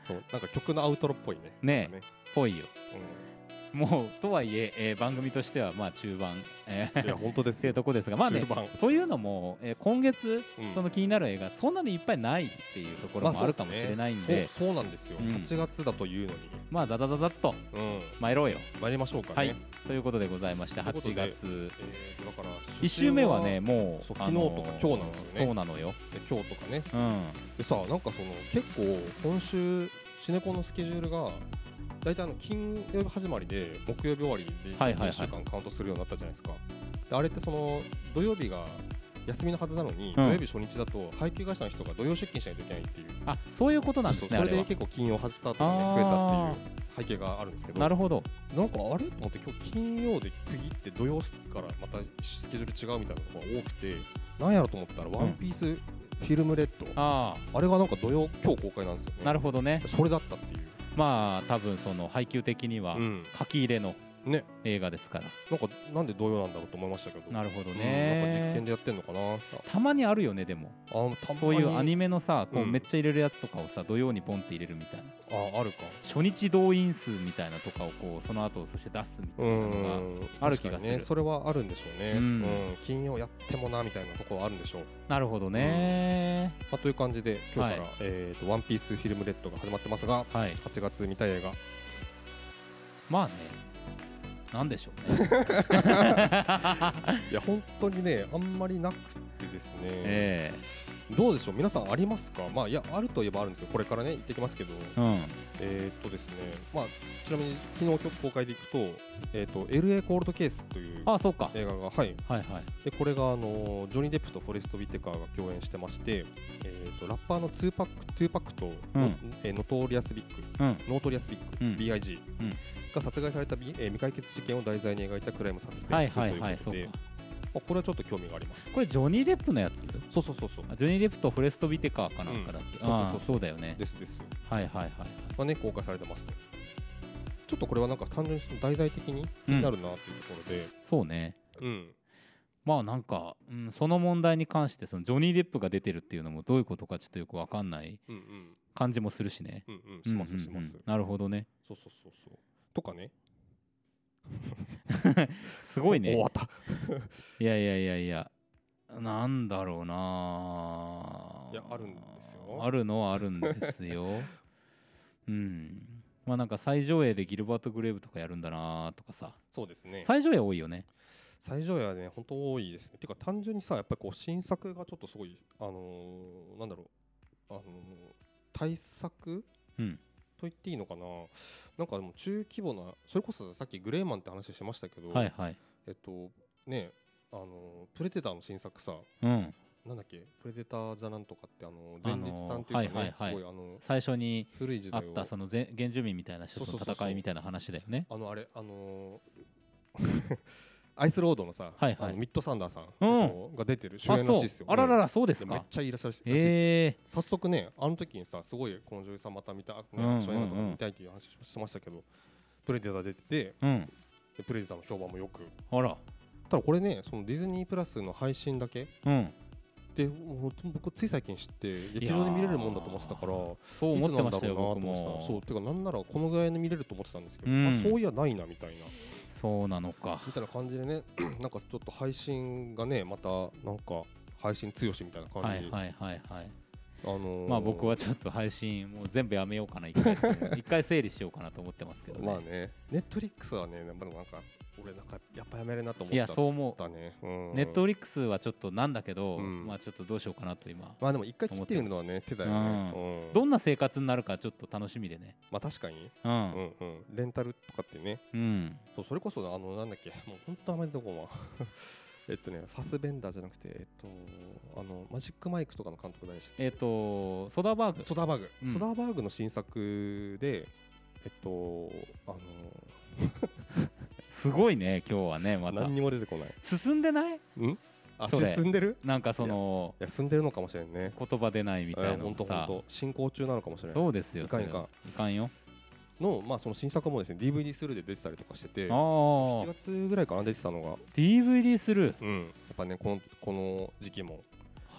そうなんか曲のアウトロっぽいねねえぽいよ、うん、もうとはいええー、番組としてはまあ中盤、 えー、いや本当ですっていうところですがまあねというのも、えー、今月、うん、その気になる映画そんなにいっぱいないっていうところもあるかもしれないんで、まあ そうですね、 そう、そうなんですよ、うん、はちがつだというのにまあザザザザっと参ろうよ、 うん、参りましょうかね、 はい、ということでございましてはちがつ、えー、 だからいっ週目はねもう昨日とか今日なんですよね。 そうなのよ今日とかね、 うん、 でさなんかその結構今週シネコンのスケジュールが大体あの金曜日始まりで木曜日終わりでいっしゅうかんカウントするようになったじゃないですか。であれってその土曜日が休みのはずなのに、うん、土曜日初日だと配給会社の人が土曜出勤しないといけないっていう、 あそういうことなんですね。 それで結構金曜スタートが、ね、増えたっていう背景があるんですけど、 なるほど。 なんかあれと思って今日金曜で区切って土曜からまたスケジュール違うみたいなところが多くて、なんやろと思ったらワンピースフィルムレッド、うん、あ, あれがなんか土曜今日公開なんですよね。 なるほどね。 それだったっていう、 まあ多分その配給的には書き入れの、ね、映画ですから、 なんかなんで同様なんだろうと思いましたけど。 なるほどね、 うん、なんか実験でやってんのかな。 たまにあるよね。でもあたまそういうアニメのさこうめっちゃ入れるやつとかをさ土曜にポンって入れるみたいな、 ああるか初日動員数みたいなとかをこうその後そして出すみたいなのがある気がする、 ね、それはあるんでしょうね、うんうん、金曜やってもなみたいなところはあるんでしょう。 なるほどね、 うんまあ、という感じで今日から、はい、えーとワンピースフィルムレッドが始まってますが、はい、はちがつ見たい映画まあねなんでしょうねいや本当にねあんまりなくてですね、えー、どうでしょう皆さんありますか。まあいやあるといえばあるんですよ。これからね行ってきますけど、うん、えー、っとですねまあちなみに昨日今日公開でいくと、えー、っと エルエー コールドケースという映画がはい、はいはい、でこれがあのジョニー・デップとフォレスト・ウィテカーが共演してまして、えー、っとラッパーのツーパックトゥーパックと、うんえー、ノトリアス・ビッグ、うん、ノートリアス・ビッグ、うん、ビーアイジー、うんが殺害された、えー、未解決事件を題材に描いたクライムサスペンスということで、まあ、これはちょっと興味があります。 これジョニー・デップのやつ。 そうそうそうそうジョニー・デップとフォレスト・ビテカーかなんかだっけ、うん、そうそうそうそうだよね。 ですです。 はいはいはい、 まあね、公開されてますと。ちょっとこれはなんか単純に題材的に気になるなっていうところで、うん、 そうね、うん、まあなんか、うん、その問題に関してそのジョニー・デップが出てるっていうのもどういうことかちょっとよく分かんない感じもするしね。 うんうん、しますします。 なるほどね。 そうそうそうそう。とかねすごいね。 終わったいやいやいやいやなんだろうな。 いやあるんですよ。 あるのはあるんですようんまあなんか再上映でギルバート・グレーブとかやるんだなとかさ。 そうですね。 再上映多いよね。 再上映はね本当多いですね。てか単純にさやっぱりこう新作がちょっとすごいあのー、なんだろうあのー、対策、うんと言っていいのかな。なんかでも中規模なそれこそさっきグレーマンって話してましたけど、はいはい、えっとねあのプレデターの新作さ、うん、なんだっけプレデターザなんとかってあの前日譚っていうかね、はいはいはい、すごいあの最初にあったその原住民みたいな人との戦いみたいな話だよね。 あのあれあのーアイスロードのさ、はいはい、あのミッドサンダーさん、うん、が出てる主演らしいですよ。 あらららそうですか。 めっちゃいいらっしゃるらしいです、えー、早速ねあの時にさすごいこの女優さんまた見た、ね、アクション映画とか見たいっていう話してましたけど、プレデター出てて、うん、でプレデターの評判もよく。 あらただこれねそのディズニープラスの配信だけ、うん、でもう僕つい最近知って劇場で見れるもんだと思ってたから、 そう思ってましたよ僕も。 そうてかなんならこのぐらいの見れると思ってたんですけど、うん、あそういやないなみたいな。 そうなのかみたいな感じでねなんかちょっと配信がねまたなんか配信強しみたいな感じ。 はいはいはいはい。あのー、まあ僕はちょっと配信もう全部やめようかな一回一回整理しようかなと思ってますけどね。 まあねネットリックスはねなんか俺なんかやっぱやめるなと思ったね。 いやそう思う。ネットフリックスはちょっとなんだけど、うん、まあちょっとどうしようかなと今。 まあでも一回切ってみるのはね手だよね、 うんうん。どんな生活になるかちょっと楽しみでね。 まあ確かに。うんうんうんレンタルとかってね。うん。そうそれこそあのなんだっけもう本当あまりどこもえっとねファスベンダーじゃなくてえっとあのマジックマイクとかの監督誰でしたっけ。 えっとソダーバーグ。 ソダーバーグ、うん、ソダーバーグの新作でえっとあのすごいね今日はねまた何にも出てこない。 進んでない？ ん？あ進んでる？ なんかそのいや進んでるのかもしれんね。 言葉出ないみたいなのさ。 本当本当進行中なのかもしれない。 そうですよ。 いかんいかん。 いかんよ。 のまあその新作もですね ディーブイディー スルーで出てたりとかしてて、あしちがつぐらいかな出てたのがディーブイディー スルー。 うん。やっぱねこのこの時期も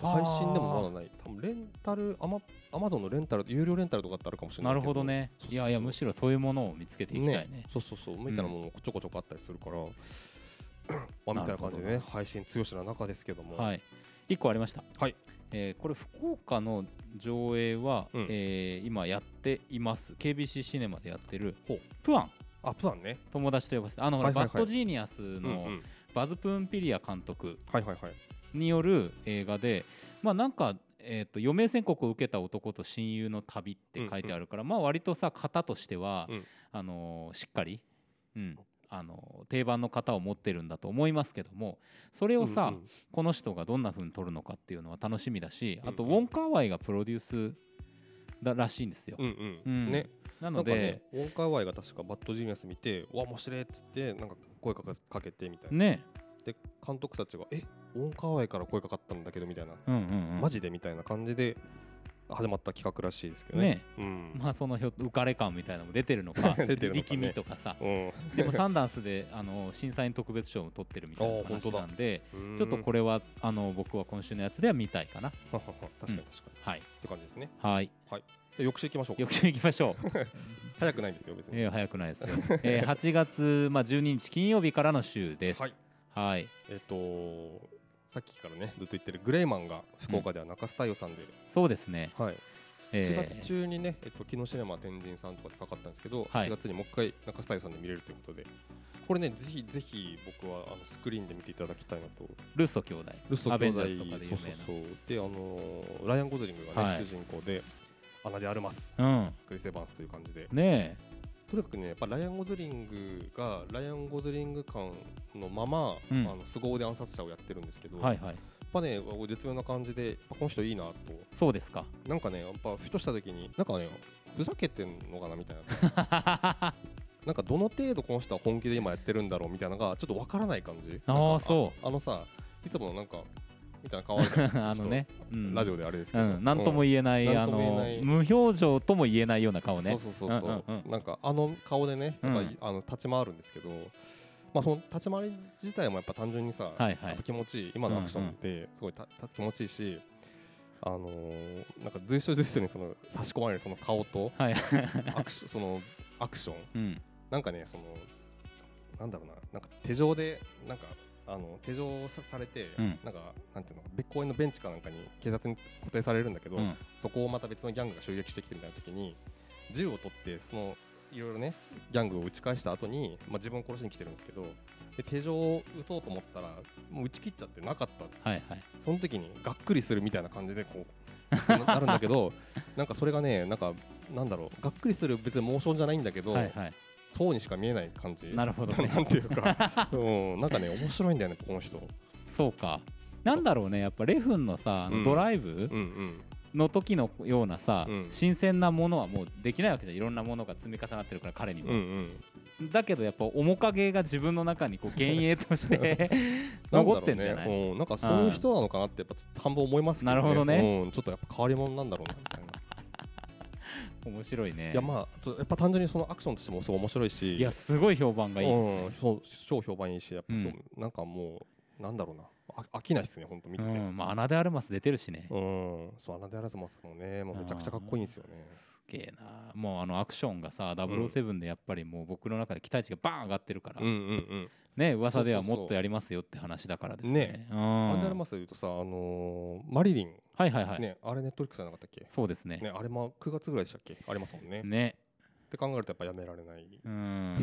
配信でもまだない。多分レンタルアマアマゾンのレンタル有料レンタルとかってあるかもしれないけど。 なるほどね。そうそうそう、いやいやむしろそういうものを見つけていきたいね。ね、 そうそうそうみたいなものもちょこちょこあったりするから、うん、まあみたいな感じでね配信強しな中ですけども。 はい。いっこありました。 はい。 えー、これ福岡の上映は、うん、えー、今やっています ケービーシー シネマでやってるプアン。 あ、プアンね。 友達と呼ばせてあの、はいはいはい、バッドジーニアスのバズ・プーンピリア監督による映画で、まあなんか、えー、と余命宣告を受けた男と親友の旅って書いてあるから、うんうん、まあ割とさ型としては、うん、あのー、しっかり、うん、あの定番の型を持ってるんだと思いますけども、それをさ、うんうん、この人がどんな風に撮るのかっていうのは楽しみだし、あとウォン・カーワイがプロデュースだらしいんですよ。 うんうんうん、ね、なので、ね、ウォン・カーワイが確かバッドジーニアス見てわ面白いっつってなんか声かけてみたいな、 ね、 で監督たちがえウォン・カーワイから声かかったんだけどみたいな、 うんうんうん、 マジでみたいな感じで始まった企画らしいですけどね。 ね、うん、まあその浮かれ感みたいなのも出てるのか出てるのか、ね、力みとかさ、うん、でもサンダンスであの審査員特別賞を取ってるみたいな話なんでちょっとこれはあの僕は今週のやつでは見たいかな。 確かに確かに、うん、はいって感じですね。 はい、 はい、で翌週行きましょう。 翌週行きましょう早くないんですよ別に。 いや早くないですよ、えー、はちがつ、まあ、じゅうににち金曜日からの週です。はい、はい、 えっ、ー、とさっきからねずっと言ってるグレイマンが福岡では中洲太陽さんで、うん、 そうですね、 はい、しがつ中にね、えっと、木のシネマ天神さんとかでかかったんですけど、はい、しちがつにもう一回中洲太陽さんで見れるということで、これねぜひぜひ僕はあのスクリーンで見ていただきたいなと。 ルッソ兄弟、 ルッソ兄弟、 アベンジャーズとかで有名な、 そうそうそうで、あのー、ライアン・ゴズリングがね、はい、主人公でアナでアルマス、うん、クリス・エヴァンスという感じでねえ、とにかくねやっぱライアン・ゴズリングがライアン・ゴズリング感のまま、うん、あの凄腕暗殺者をやってるんですけど、はいはい、やっぱね絶妙な感じでやっぱこの人いいなと。 そうですか。 なんかねやっぱふとした時になんかねふざけてんのかなみたいななんかどの程度この人は本気で今やってるんだろうみたいなのがちょっとわからない感じ。 ああそう。 あのさいつものなんかみたいな顔あるじゃんあのね、うん、ラジオであれですけど、 なん、うん、とも言えない、うん、あの無表情とも言えないような顔ね。 そうそうそうそう、うんうんうん、なんかあの顔でねやっぱり、うん、あの立ち回るんですけど、まあその立ち回り自体もやっぱ単純にさ、はいはい、やっぱ気持ちいい。今のアクションってすごいたた気持ちいいし、あのー、なんか随所随所にその差し込まれるその顔と、はい、アクシそのアクション、うん、なんかねそのなんだろうな、なんか手錠でなんかあの手錠さ, されて、うん、なんかなんていうの別公園のベンチかなんかに警察に固定されるんだけど、うん、そこをまた別のギャングが襲撃してきてみたいな時に銃を取ってそのいろいろねギャングを撃ち返した後に、まあ、自分を殺しに来てるんですけど、で手錠を撃とうと思ったらもう撃ち切っちゃってなかった、はいはい、その時にがっくりするみたいな感じでこうなるんだけどなんかそれがねなんかなんだろうがっくりする別にモーションじゃないんだけど、はいはい、そうにしか見えない感じ。 なるほどねなんていうか、うん、なんかね面白いんだよねこの人。 そうか、なんだろうねやっぱレフンのさあのドライブ、うんうんうんの時のようなさ、うん、新鮮なものはもうできないわけじゃん。いろんなものが積み重なってるから彼にも、うんうん、だけどやっぱ面影が自分の中にこう幻影として残ってんじゃない？ ね、うん、なんかそういう人なのかなってやっぱちょっと半分思いますけどね。 なるほどね、 うん、ちょっとやっぱ変わり者なんだろうなみたいな面白いね。 いやまあやっぱ単純にそのアクションとしてもすごい面白いし、 いやすごい評判がいいですね、 うん、そう超評判いいしやっぱそう、うん、なんかもうなんだろうな飽きないっすね本当見てて、うん、まあアナデアルマス出てるしね、 うん、そうアナデアルマスもねもうめちゃくちゃかっこいいんですよね。 すげえな。もうあのアクションがさダブルオーセブンでやっぱりもう僕の中で期待値がバーン上がってるから、うんうんうんね、噂ではもっとやりますよって話だからですね。ね、うん、 アナデアルマスでいうとさ、あのー、マリリン、 はいはいはい、 ね、あれネットフリックスじゃなかったっけ？ そうですね、 ね、あれもくがつぐらいでしたっけ？ありますもんね。 ねって考えるとやっぱやめられない。 うん、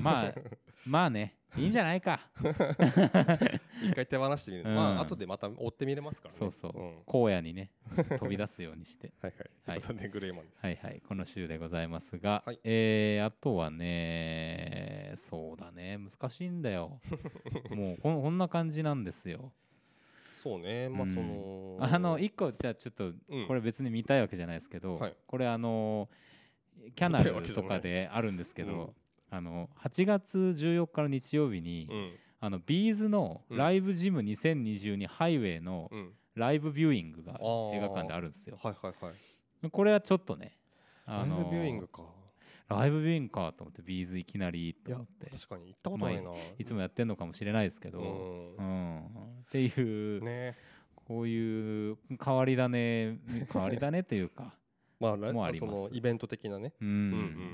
まあまあねいいんじゃないか一回手放してみる、うん、まあ後でまた追ってみれますからね。 そうそう、うん、荒野にね飛び出すようにしてはいはい、ということでグレイマンです。 はいはい、この週でございますが、はい、えー、あとはねそうだね難しいんだよもうこ ん, こんな感じなんですよ。 そうね、まあその、 うん、あの一個じゃあちょっとこれ別に見たいわけじゃないですけど、うんはい、これあのキャナルとかであるんですけど、うん、あのはちがつじゅうよっかの日曜日に、うん、あのビーズのライブジムにせんにじゅうにハイウェイのライブビューイングが映画館であるんですよ、はいはいはい、これはちょっとね、あのー、 ライブビューイングかライブビューイングかと思ってビーズいきなりと思って、 いや確かに行ったことないな、まあ、 いつもやってんのかもしれないですけど、うん、うん、っていう、ね、 こういう変わり種変わり種というかまあもあります。そのイベント的なね、 うん、うんうん、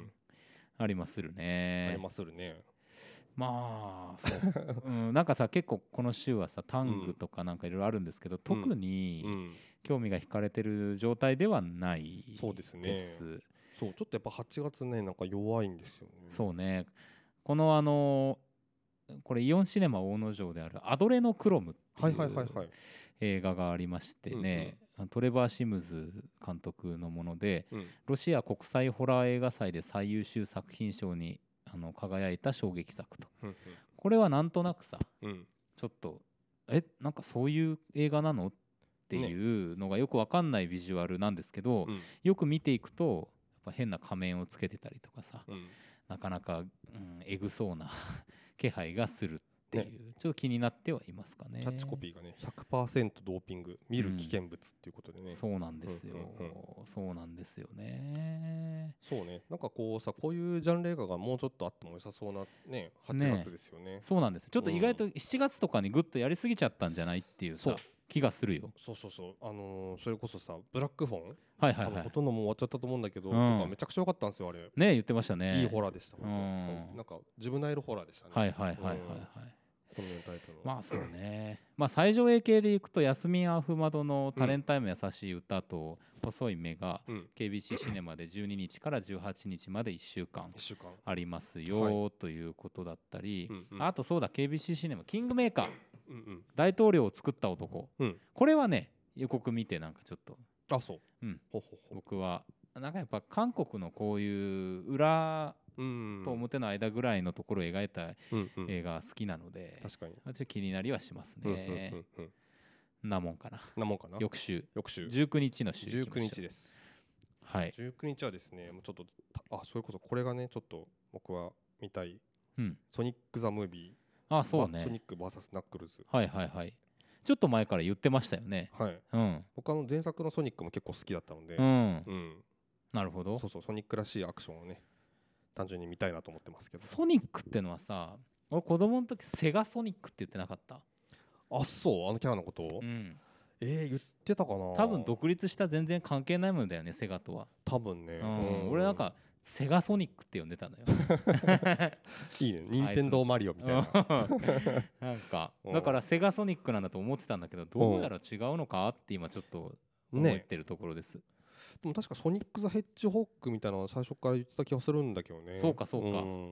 ありまするね。 ありまするね。 まあそう、うん、なんかさ結構この週はさタングとかなんかいろいろあるんですけど、うん、特に興味が惹かれてる状態ではないです。 そうですね。そうちょっとやっぱはちがつねなんか弱いんですよね。 そうね。このあのこれイオンシネマ大野城であるアドレノクロムっていう映画がありましてね、トレバー・シムズ監督のもので、うん、ロシア国際ホラー映画祭で最優秀作品賞にあの輝いた衝撃作と、うんうん、これはなんとなくさ、うん、ちょっとえなんかそういう映画なのっていうのがよく分かんないビジュアルなんですけど、ね、よく見ていくとやっぱ変な仮面をつけてたりとかさ、うん、なかなか、うん、えぐそうな気配がするっていう、ね、ちょっと気になってはいますかね。 キャッチコピーがね ひゃくパーセント ドーピング見る危険物っていうことでね、うん、 そうなんですよ、うんうんうん、そうなんですよね。 そうね、なんかこうさこういうジャンル映画がもうちょっとあっても良さそうなねはちがつですよ ね, ねそうなんです。ちょっと意外としちがつとかにグッとやりすぎちゃったんじゃないっていうさ、うん気がするよ。 そうそうそう、あのー、それこそさブラックフォン、 はいはいはい、多分ほとんどもう終わっちゃったと思うんだけど、うん、とかめちゃくちゃ良かったんですよあれ。 ね言ってましたね。 いいホラーでした。本当、うん、なんか自分なりのホラーでしたね。 はいはいはいはいはい、うん、 このタイトルまあそうねまあ最上映系でいくとヤスミン・アフマドのタレンタイム優しい歌と細い目が ケービーシー シネマでじゅうににちからじゅうはちにちまでいっしゅうかんありますよということだったり、うんうん、あとそうだ ケービーシー シネマキングメーカー、うんうん、大統領を作った男、うん、これはね予告見てなんかちょっとあそう、 うん、ほほほ僕はなんかやっぱ韓国のこういう裏と表の間ぐらいのところを描いた映画好きなので、 確かにちょっと気になりはしますね。うんうんうんうん、なもんかな。 なもんかな。 翌週。 翌週。 じゅうくにちの週。 じゅうくにちです。 はい。 じゅうくにちはですね、もうちょっとあそれこそこれがねちょっと僕は見たい。うん、ソニック・ザ・ムービー。あそうね。 ソニック ブイエス ナックルズ。 はいはいはい。ちょっと前から言ってましたよね。 はい。うん、僕あの前作のソニックも結構好きだったので。 うん。うん、なるほど。 そうそうソニックらしいアクションをね。単純に見たいなと思ってますけど。 ソニックってのはさ俺子供の時セガソニックって言ってなかった？ あそうあのキャラのことを、うん、えー、言ってたかな。 多分独立した全然関係ないものだよねセガとは。 多分ね、 うん、俺なんかセガソニックって呼んでたのよいいね任天堂マリオみたいななんかだからセガソニックなんだと思ってたんだけどどうやら違うのかって今ちょっと思ってるところです、ねでも確かソニック・ザ・ヘッジホックみたいなの最初から言ってた気がするんだけどね。 そうかそうか、うん、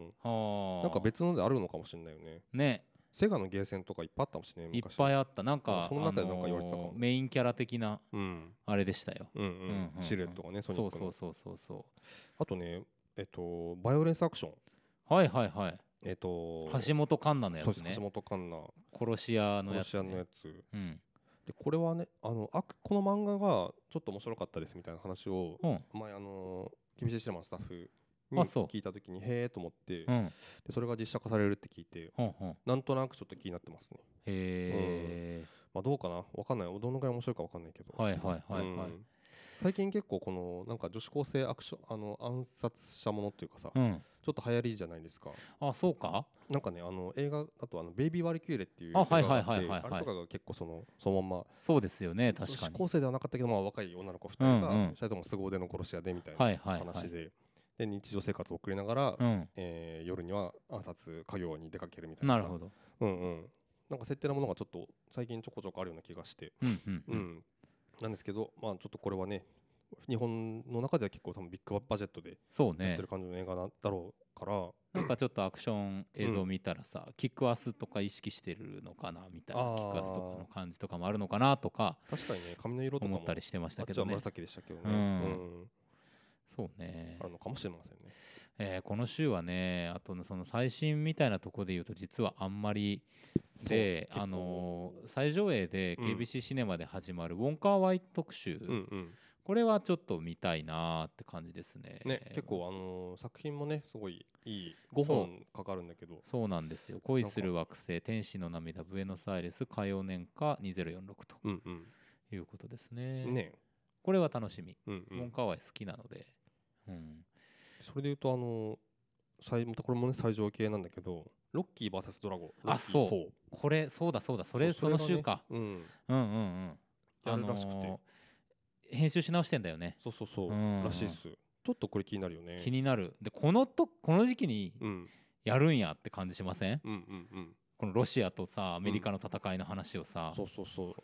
はなんか別のであるのかもしれないよね。 ねセガのゲーセンとかいっぱいあったもしれない。 いっぱいあったなんかその中でなんか言われてたかも、 あのー、メインキャラ的なあれでしたよ、 うんうんうんうん、シルエットがねソニックの。 そうそうそうそうそうあとねえっとバイオレンスアクションはいはいはいえっと橋本環奈のやつね。 橋本環奈殺し屋のやつ、ね、 殺し屋のやつ、うんでこれはねあのあこの漫画がちょっと面白かったですみたいな話を、うん、前あの厳しいシネマのスタッフに聞いた時にへえと思って、うん、でそれが実写化されるって聞いて、うんうん、なんとなくちょっと気になってますね。へえ、うん、まあどうかなわかんないどのぐらい面白いかわかんないけどはいはいはいはい、うん、 最近結構このなんか女子高生アクションあの暗殺者ものっていうかさ、うん、ちょっと流行りじゃないですか。 あそうかなんかねあの映画あとあのベイビー・ワルキューレっていう映画があってあれとかが結構そのそのままそうですよね確かに女子高生ではなかったけどまあ若い女の子ふたりがふたりとも凄腕の殺し屋でみたいな話でで日常生活を送りながら、うんえー、夜には暗殺家業に出かけるみたいなさ。 なるほど。 うんうん。なんか設定なものがちょっと最近ちょこちょこあるような気がして、うんうんうんうん、なんですけどまあちょっとこれはね日本の中では結構多分ビッグバジェットでやってる感じの映画だろうから、 なんかちょっとアクション映像見たらさ、うん、キックアスとか意識してるのかなみたいなキックアスとかの感じとかもあるのかなとか確かにね髪の色とかも思ったりしてましたけどね。 あっちは紫でしたけどね、うんうん、 そうねあるのかもしれませんね。 えー、この週はねあとその最新みたいなところで言うと実はあんまりであのー、最上映で ケービーシー シネマで始まるウォンカーワイ特集、うんうんこれはちょっと見たいなって感じですね。 ね結構あのー、作品もねすごいいいごほんかかるんだけどそうなんですよ。恋する惑星天使の涙ブエノスアイレス火曜年間にせんよんじゅうろくということですね。ねこれは楽しみ。うんうん、ウォンカーワイ好きなので、うん、 それでいうとあのー、またこれもね最上系なんだけどロッキー ブイエス ドラゴンあそうこれそうだそうだそれその週か、ねうん、うんうんうんやるらしくて、あのー、編集し直してんだよね。 そうそうそう、うん、らしいっす。ちょっとこれ気になるよね。 気になる。でこのとこの時期にやるんやって感じしません？うんうんうん、このロシアとさアメリカの戦いの話をさ、うん、 そうそうそう、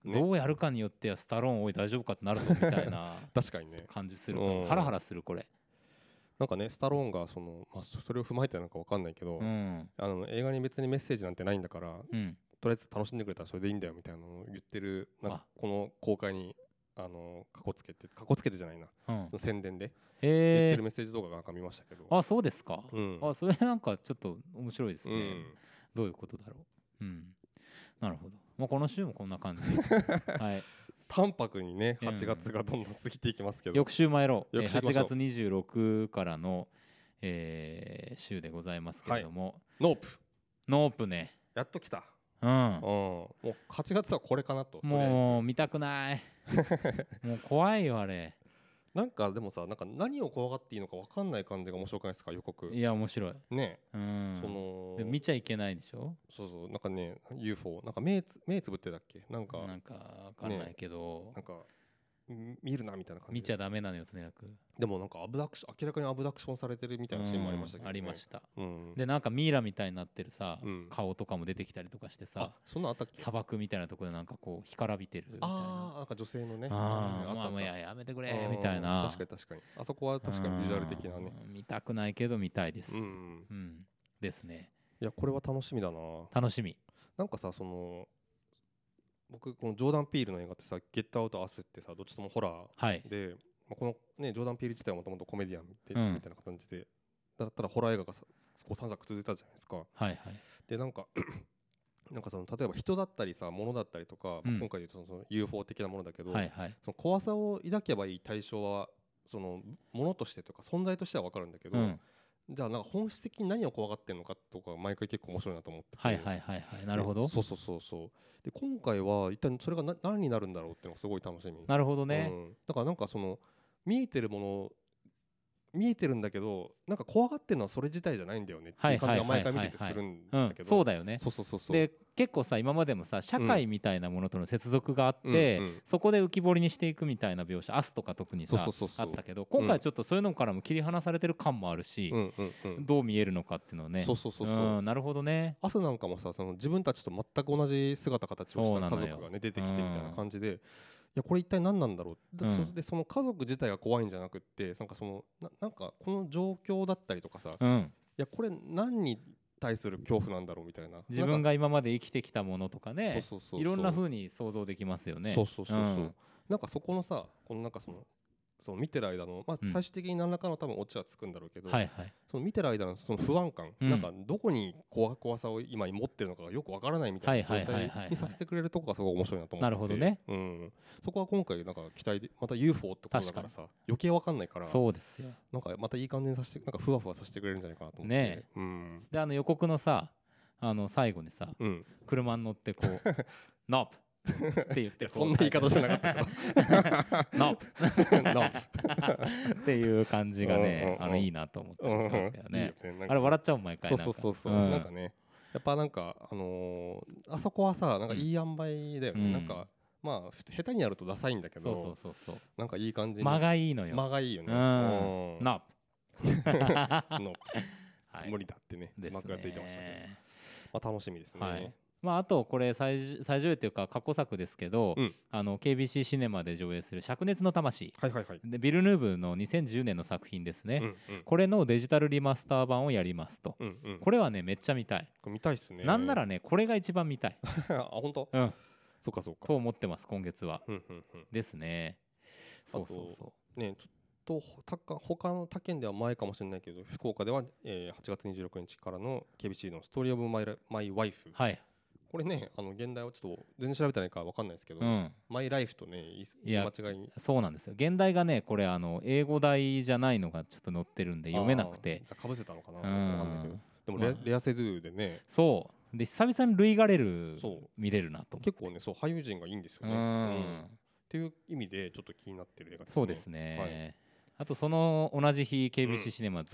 ね、どうやるかによってはスタローンおい大丈夫かってなるぞみたいな確かにね感じする、うん、ハラハラするこれ。 なんかねスタローンがその、まあ、それを踏まえてなのか分かんないけど、うん、あの映画に別にメッセージなんてないんだから、うん、とりあえず楽しんでくれたらそれでいいんだよみたいなのを言ってる、なんかこの公開にあのかこつけてかこつけてじゃないな、うん、宣伝で言ってるメッセージ動画がなんか見ましたけど、 あそうですか、うん、あそれなんかちょっと面白いですね、うん、どういうことだろう、うん、なるほど、まあ、この週もこんな感じはい淡白にねはちがつがどんどん過ぎていきますけど、 翌週参ろう。はちがつにじゅうろくからの、えー、週でございますけれども、はい、 ノープノープねやっと来た、 うん、うん、 もうはちがつはこれかなと。 もう見たくないもう怖いよあれ。 なんかでもさ、なんか何を怖がっていいのか分かんない感じが面白くないですか、予告。 いや面白いね、 うん、そので見ちゃいけないでしょ。 そうそう、なんかね ユーフォー なんか目つ目つぶってだっけ、なんかなんか分かんないけど、 ね、なんか見るなみたいな感じで見ちゃダメなのよとにかく。 でもなんかアブダクション明らかにアブダクションされてるみたいなシーンもありましたけど、ね、 ありました、 うん、 でなんかミイラみたいになってるさ、うん、顔とかも出てきたりとかしてさ、 そんなあったっけ、 砂漠みたいなところでなんかこう干からびてるみたいな、 ああなんか女性のね、 ああまあもうややめてくれみたいな、 確かに確かにあそこは確かにビジュアル的なね、 見たくないけど見たいです、うん、うん、ですね。 いやこれは楽しみだな。 楽しみ。 なんかさその僕このジョーダン・ピールの映画ってさ「ゲット・アウト・アス」ってさどっちともホラーで、はい、まあ、このねジョーダン・ピール自体はもともとコメディアンで、うん、みたいな感じでだったらホラー映画がさこうさんさく続いたじゃないですか、はいはい、でなんかなんかその例えば人だったりさ物だったりとか、うん、まあ、今回で言うとその ユーフォー 的なものだけど、はいはい、その怖さを抱けばいい対象はその物としてとか存在としては分かるんだけど、うん、じゃあなんか本質的に何を怖がってんのかとか毎回結構面白いなと思ってて、 はいはいはいはい、なるほど、 そうそうそうそう。で今回は一体それがな何になるんだろうっていうのがすごい楽しみ。 なるほどね、 うん、だからなんかその見えてるもの見えてるんだけどなんか怖がってるのはそれ自体じゃないんだよねっていう感じが毎回見ててするんだけど、 そうだよね。 そうそうそうそう。 で結構さ今までもさ社会みたいなものとの接続があって、うんうん、そこで浮き彫りにしていくみたいな描写、アスとか特にさそうそうそうそうあったけど、今回ちょっとそういうのからも切り離されてる感もあるし、うんうんうん、どう見えるのかっていうのをね、 そうそうそうそう、 うん、なるほどね。 アスなんかもさその自分たちと全く同じ姿形をした家族がね出てきてみたいな感じで、いやこれ一体何なんだろう、うん、でその家族自体が怖いんじゃなくってなんかその な, なんかこの状況だったりとかさ、うん、いやこれ何に対する恐怖なんだろうみたいな、 自分が今まで生きてきたものとかね、いろんな風に想像できますよね。 そうそうそうそう、うん、なんかそこのさこのなんかそのその見てる間の、まあ、最終的に何らかの多分オチはつくんだろうけど、うんはいはい、その見てる間のその不安感、うん、なんかどこに怖怖さを今持ってるのかがよくわからないみたいな状態にさせてくれるところがすごい面白いなと思ってて、なるほどね、うん、そこは今回なんか期待でまた ユーフォー ってことだからさ余計わかんないから、 そうですよ、 なんかまたいい感じにさせてなんかふわふわさせてくれるんじゃないかなと思って、 ね、うん、であの予告のさあの最後にさ、うん、車に乗ってこうノープって言ってそんな言い方じゃなかったけどノープノープっていう感じがね、あのいいなと思ったりしますけどね、いいよね、あれ笑っちゃう毎回、 そうそうそうそう、うん、なんかねやっぱなんかあのー、あそこはさなんかいい塩梅だよね、うん、なんかまあ下手にやるとダサいんだけど、そうそうそうそう、なんかいい感じに間がいいのよ、 間がいいよね、 ノープノープ無理だってね字幕がついてましたけど、まあ楽しみですね、はい、 まあ、あとこれ最最上映というか過去作ですけど、うん、あの ケービーシー シネマで上映する灼熱の魂、はいはいはい、でビル・ヌーブのにせんじゅうねんの作品ですね、うんうん、これのデジタルリマスター版をやりますと、うんうん、これはねめっちゃ見たい、 これ見たいっすね、 なんならねこれが一番見たいあ本当、 うん、 そうかそうかと思ってます今月は、うんうんうん、ですね。そうそうそうね、ちょっと他の他県では前かもしれないけど福岡では、えー、はちがつにじゅうろくにちからの ケービーシー のストーリーオブマイマイワイフ、はい、これねあの現代はちょっと全然調べてないから分かんないですけど、うん、マイライフとね間違いにそうなんですよ、現代がねこれあの英語題じゃないのがちょっと載ってるんで読めなくて、 じゃあかぶせたのかな、うん、分かんないけどでもレ、まあ、レアセドゥでね、 そうで久々にルイ・ガレル見れるなと思って、 結構ねそう俳優陣がいいんですよね、うんうん、っていう意味でちょっと気になってる映画ですね。 そうですね、はい、あとその同じ日 ケービーシー シネマ、うん、ゾーラ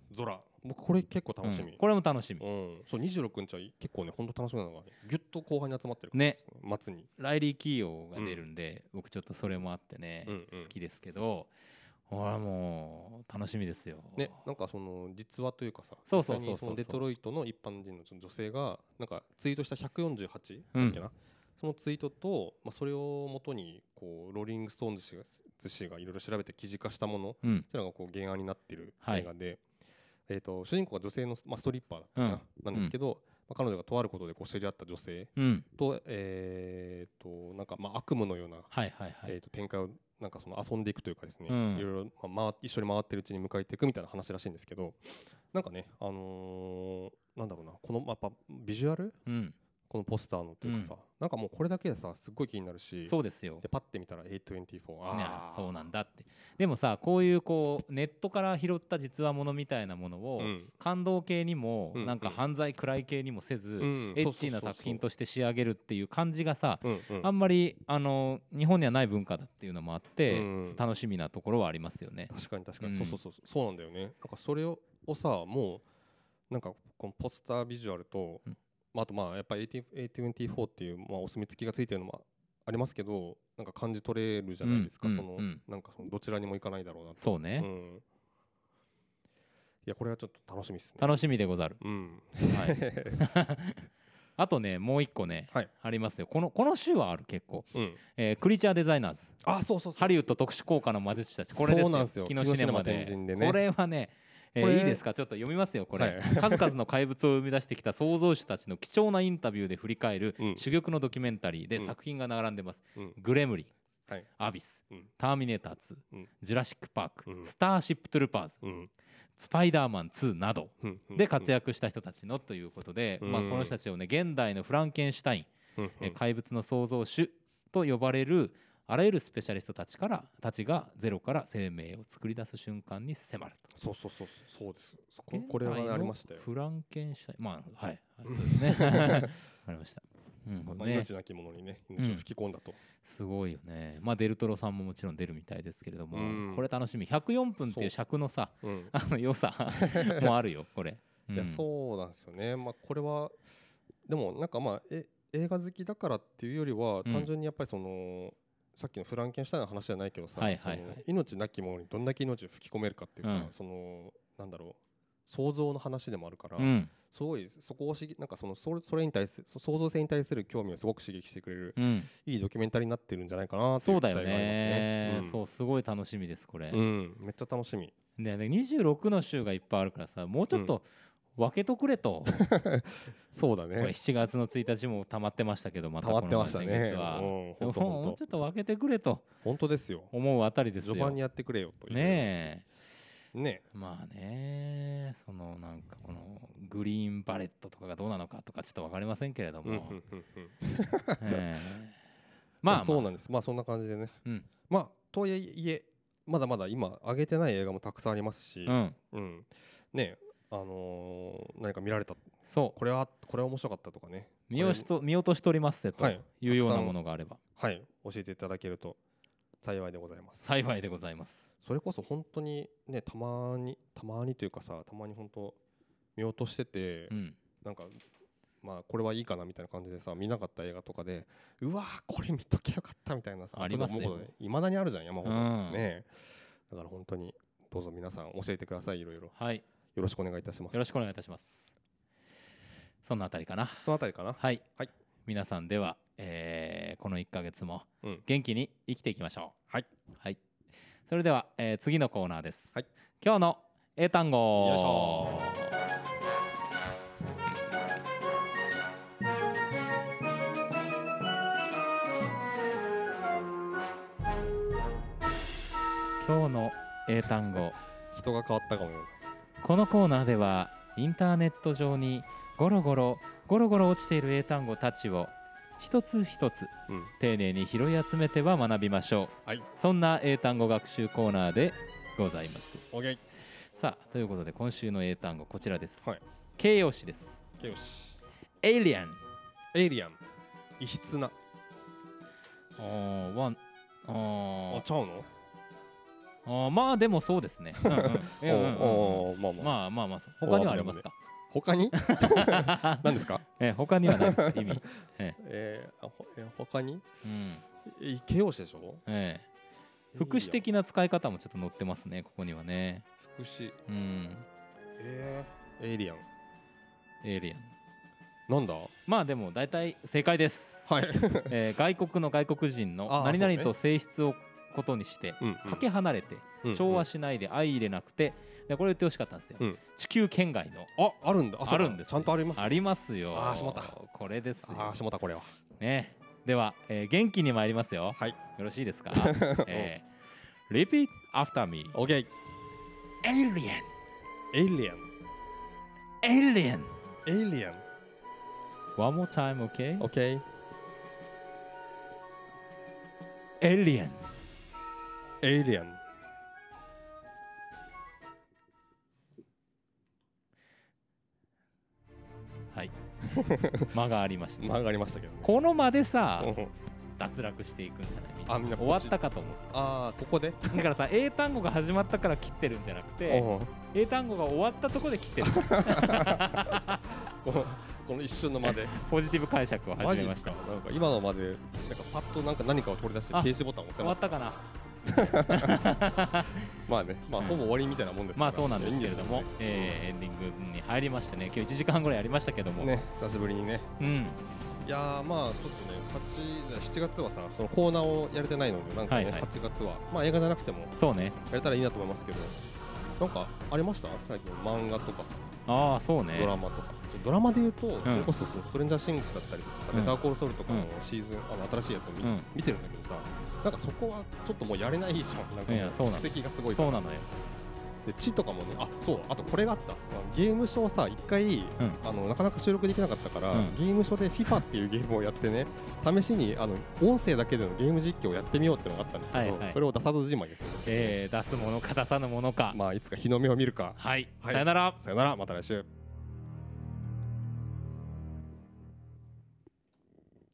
空、僕これ結構楽しみ、 うん、これも楽しみ、 うん、そうにじゅうろくにちは結構ね本当楽しみなのが、ね、ギュッと後半に集まってるからですね、ね末にライリー・キーオーが出るんで、うん、僕ちょっとそれもあってね、うんうん、好きですけど、俺はもう楽しみですよね。なんかその実話というかさ、 そうそうそうそう、 デトロイトの一般人の女性がなんかツイートしたひゃくよんじゅうはちだっけな、うん、そのツイートと、まあ、それを元にこうローリング・ストーンズ氏が氏がいろいろ調べて記事化したものっていうのがこう原案になっている映画で、はい、えー、と主人公が女性の、まあ、ストリッパーだったかな、うん、なんですけど、うん、まあ、彼女がとあることでこう知り合った女性と、うん、えー、となんかまあ悪夢のような、はいはいはい、えー、と展開をなんかその遊んでいくというかですね、うん、いろいろ、まあ、一緒に回ってるうちに迎えていくみたいな話らしいんですけど、なんかね、あのー、なんだろうな、このやっぱビジュアル、うん、このポスターのというかさ、うん、なんかもうこれだけでさすっごい気になるし、 そうですよ。 でパッて見たらエイトにじゅうよん、ああ、そうなんだって。でもさ、こういうこうネットから拾った実話ものみたいなものを、うん、感動系にも、うん、なんか犯罪暗い系にもせず、うん、エッチな作品として仕上げるっていう感じがさ、うんうん、あんまりあの日本にはない文化だっていうのもあって、うん、楽しみなところはありますよね。 確かに確かに、うん、そうそうそうそうなんだよね。なんかそれをさ、もうなんかこのポスタービジュアルと、うん、あとまあやっぱりエイトにじゅうよんっていう、まあ、お墨付きがついてるのもありますけど、なんか感じ取れるじゃないですか、うん、その、うん、なんかそのどちらにも行かないだろうなと。 そうね、うん、 いやこれはちょっと楽しみですね。 楽しみでござる、うん、はいあとねもう一個ね、はい、ありますよ。このこの週はある結構、うん、えー、クリーチャーデザイナーズ、 あ、そうそうそう、 ハリウッド特殊効果の魔術師たち、これですよ。そうなんですよ、木のシネマで、でね、これはね、えー、いいですか、ちょっと読みますよこれ、はい、数々の怪物を生み出してきた創造主たちの貴重なインタビューで振り返る、うん、珠玉のドキュメンタリーで作品が並んでます、うん、グレムリン、はい、アビス、うん、ターミネーターツー、うん、ジュラシックパーク、うん、スターシップトゥルーパーズ、うん、スパイダーマンツーなどで活躍した人たちのということで、うん、まあ、この人たちをね現代のフランケンシュタイン、うんうん、怪物の創造主と呼ばれるあらゆるスペシャリストたちからたちがゼロから生命を作り出す瞬間に迫ると。 そうそうそうそうです。こ, これはありましたよ。 フランケンシュタイン、まあはい、そうですねありました、うんまあ、命なきものにね命を吹き込んだと、うん、 すごいよね。まあデルトロさんももちろん出るみたいですけれども、うん、これ楽しみ。ひゃくよんぷんっていう尺のさ、うん、あの良さもあるよこれ、 うん、いやそうなんですよね。まあこれはでもなんかまあえ映画好きだからっていうよりは、単純にやっぱりそのさっきのフランケンシュタインの話じゃないけどさ、はいはいはい、その命なきものにどんだけ命を吹き込めるかっていうさ、うん、そのなんだろう想像の話でもあるから、うん、すごいそこをしなんかそのそれ、それに対する創造性に対する興味をすごく刺激してくれる、うん、いいドキュメンタリーになってるんじゃないかなっていう期待がありますね。そうだよね、 うん、そうすごい楽しみですこれ、 うん、めっちゃ楽しみでにじゅうろくの週がいっぱいあるからさ、もうちょっと、うん分けとくれとそうだね。 これしちがつのついたちも溜まってましたけど、またこの先月はもうちょっと分けてくれと本当ですよ思うあたりですよ。 序盤にやってくれよというねえねえまあね、そのなんかこのグリーンバレットとかがどうなのかとかちょっと分かりませんけれども、 まあそうなんです。まあそんな感じでね、うん、まあとはいえまだまだ今上げてない映画もたくさんありますし、うんうん、ねえあのー、何か見られた、そうこれはこれは面白かったとかね、 見落と見落としておりますせというようなものがあれば、 はい、教えていただけると幸いでございます。 幸いでございます。 それこそ本当にね、たまにたまにというかさ、たまに本当見落としてて、うん、なんかまあこれはいいかなみたいな感じでさ、見なかった映画とかでうわーこれ見ときゃよかったみたいなさ、 ありますよ。 いまだにあるじゃん山ほど、うん、ね。だから本当にどうぞ皆さん教えてください。いろいろ、はい、よろしくお願いいたします。 よろしくお願いいたします。そのあたりかな。 そのあたりかな。 はい、はい、皆さんでは、えー、このいっかげつも元気に生きていきましょう。はい、はい、それでは、えー、次のコーナーです、はい、今日の英単語。よいしょ。今日の英単語。 人が変わったかも。 このコーナーではインターネット上にゴロゴロゴロゴロ落ちている英単語たちを一つ一つ、うん、丁寧に拾い集めては学びましょう、はい、そんな英単語学習コーナーでございます。 OK。 さあということで今週の英単語こちらです、はい、形容詞です。 形容詞。 エイリアン。 エイリアン、異質な。 あーワンああちゃうの。 あまあでもそうですね。うんうん、まあまあまあまあ他にはありますか。 他に何ですか。 え他にはないですか意味。 ええ他に、うん、形容詞でしょ。ええ副詞的な使い方もちょっと載ってますねここにはね。 副詞。うん。ええエイリアン。 エイリアン。 なんだ。 まあでも大体正解です。はい。え外国の外国人の何々と性質をことにしてかけ離れて調和しないで相入れなくて、でこれ言ってほしかったんですよ。地球圏外の。 ああるんだ。 あるんです。 ちゃんとあります。 ありますよ。 あしまった。 これですよ。 あしまったこれは。 ね。では元気に参りますよ。はい。よろしいですか。え Repeat after me. Okay. Alien. Alien. Alien. Alien. One more time, okay? Okay. Alien. Alien. はい。間がありました。 間がありましたけどね。 この間でさ、脱落していくんじゃない？ あ、みんな終わったかと思う。 ああ、ここで。 だからさ、英単語が始まったから切ってるんじゃなくて、英単語が終わったところで切ってる。 このこの一瞬の間でポジティブ解釈を始めました。 なんか今の間でなんかパッとなんか何かを取り出して停止ボタンを押せます。 終わったかな。 まあね、まあほぼ終わりみたいなもんですから。 まあそうなんですけれども、エンディングに入りましてね、今日いちじかんぐらいやりましたけどもね、久しぶりにね。うん。いやまあちょっとね、はちじゃあしちがつはさ、そのコーナーをやれてないので、なんかね、はちがつはまあ映画じゃなくてもそうね、 やれたらいいなと思いますけど、なんかありました？最近漫画とかさ。 ああそうね。 ドラマとか。ドラマで言うと、それこそそのストレンジャーシングスだったりとかさ、ベターコールソウルとかのシーズン、あの新しいやつを見てるんだけどさ、なんかそこはちょっともうやれないじゃん。なんか蓄積がすごいから。 そうなのよ。 で地とかもね、あそうあとこれがあった。ゲームショーをさ一回、あのなかなか収録できなかったから、ゲームショーで フィファ っていうゲームをやってね、試しにあの音声だけでのゲーム実況をやってみようっていうのがあったんですけど、それを出さずじまいですね。 えー、出すものか出さぬものか、 まあいつか日の目を見るか。 はい、さよなら。 さよなら、また来週。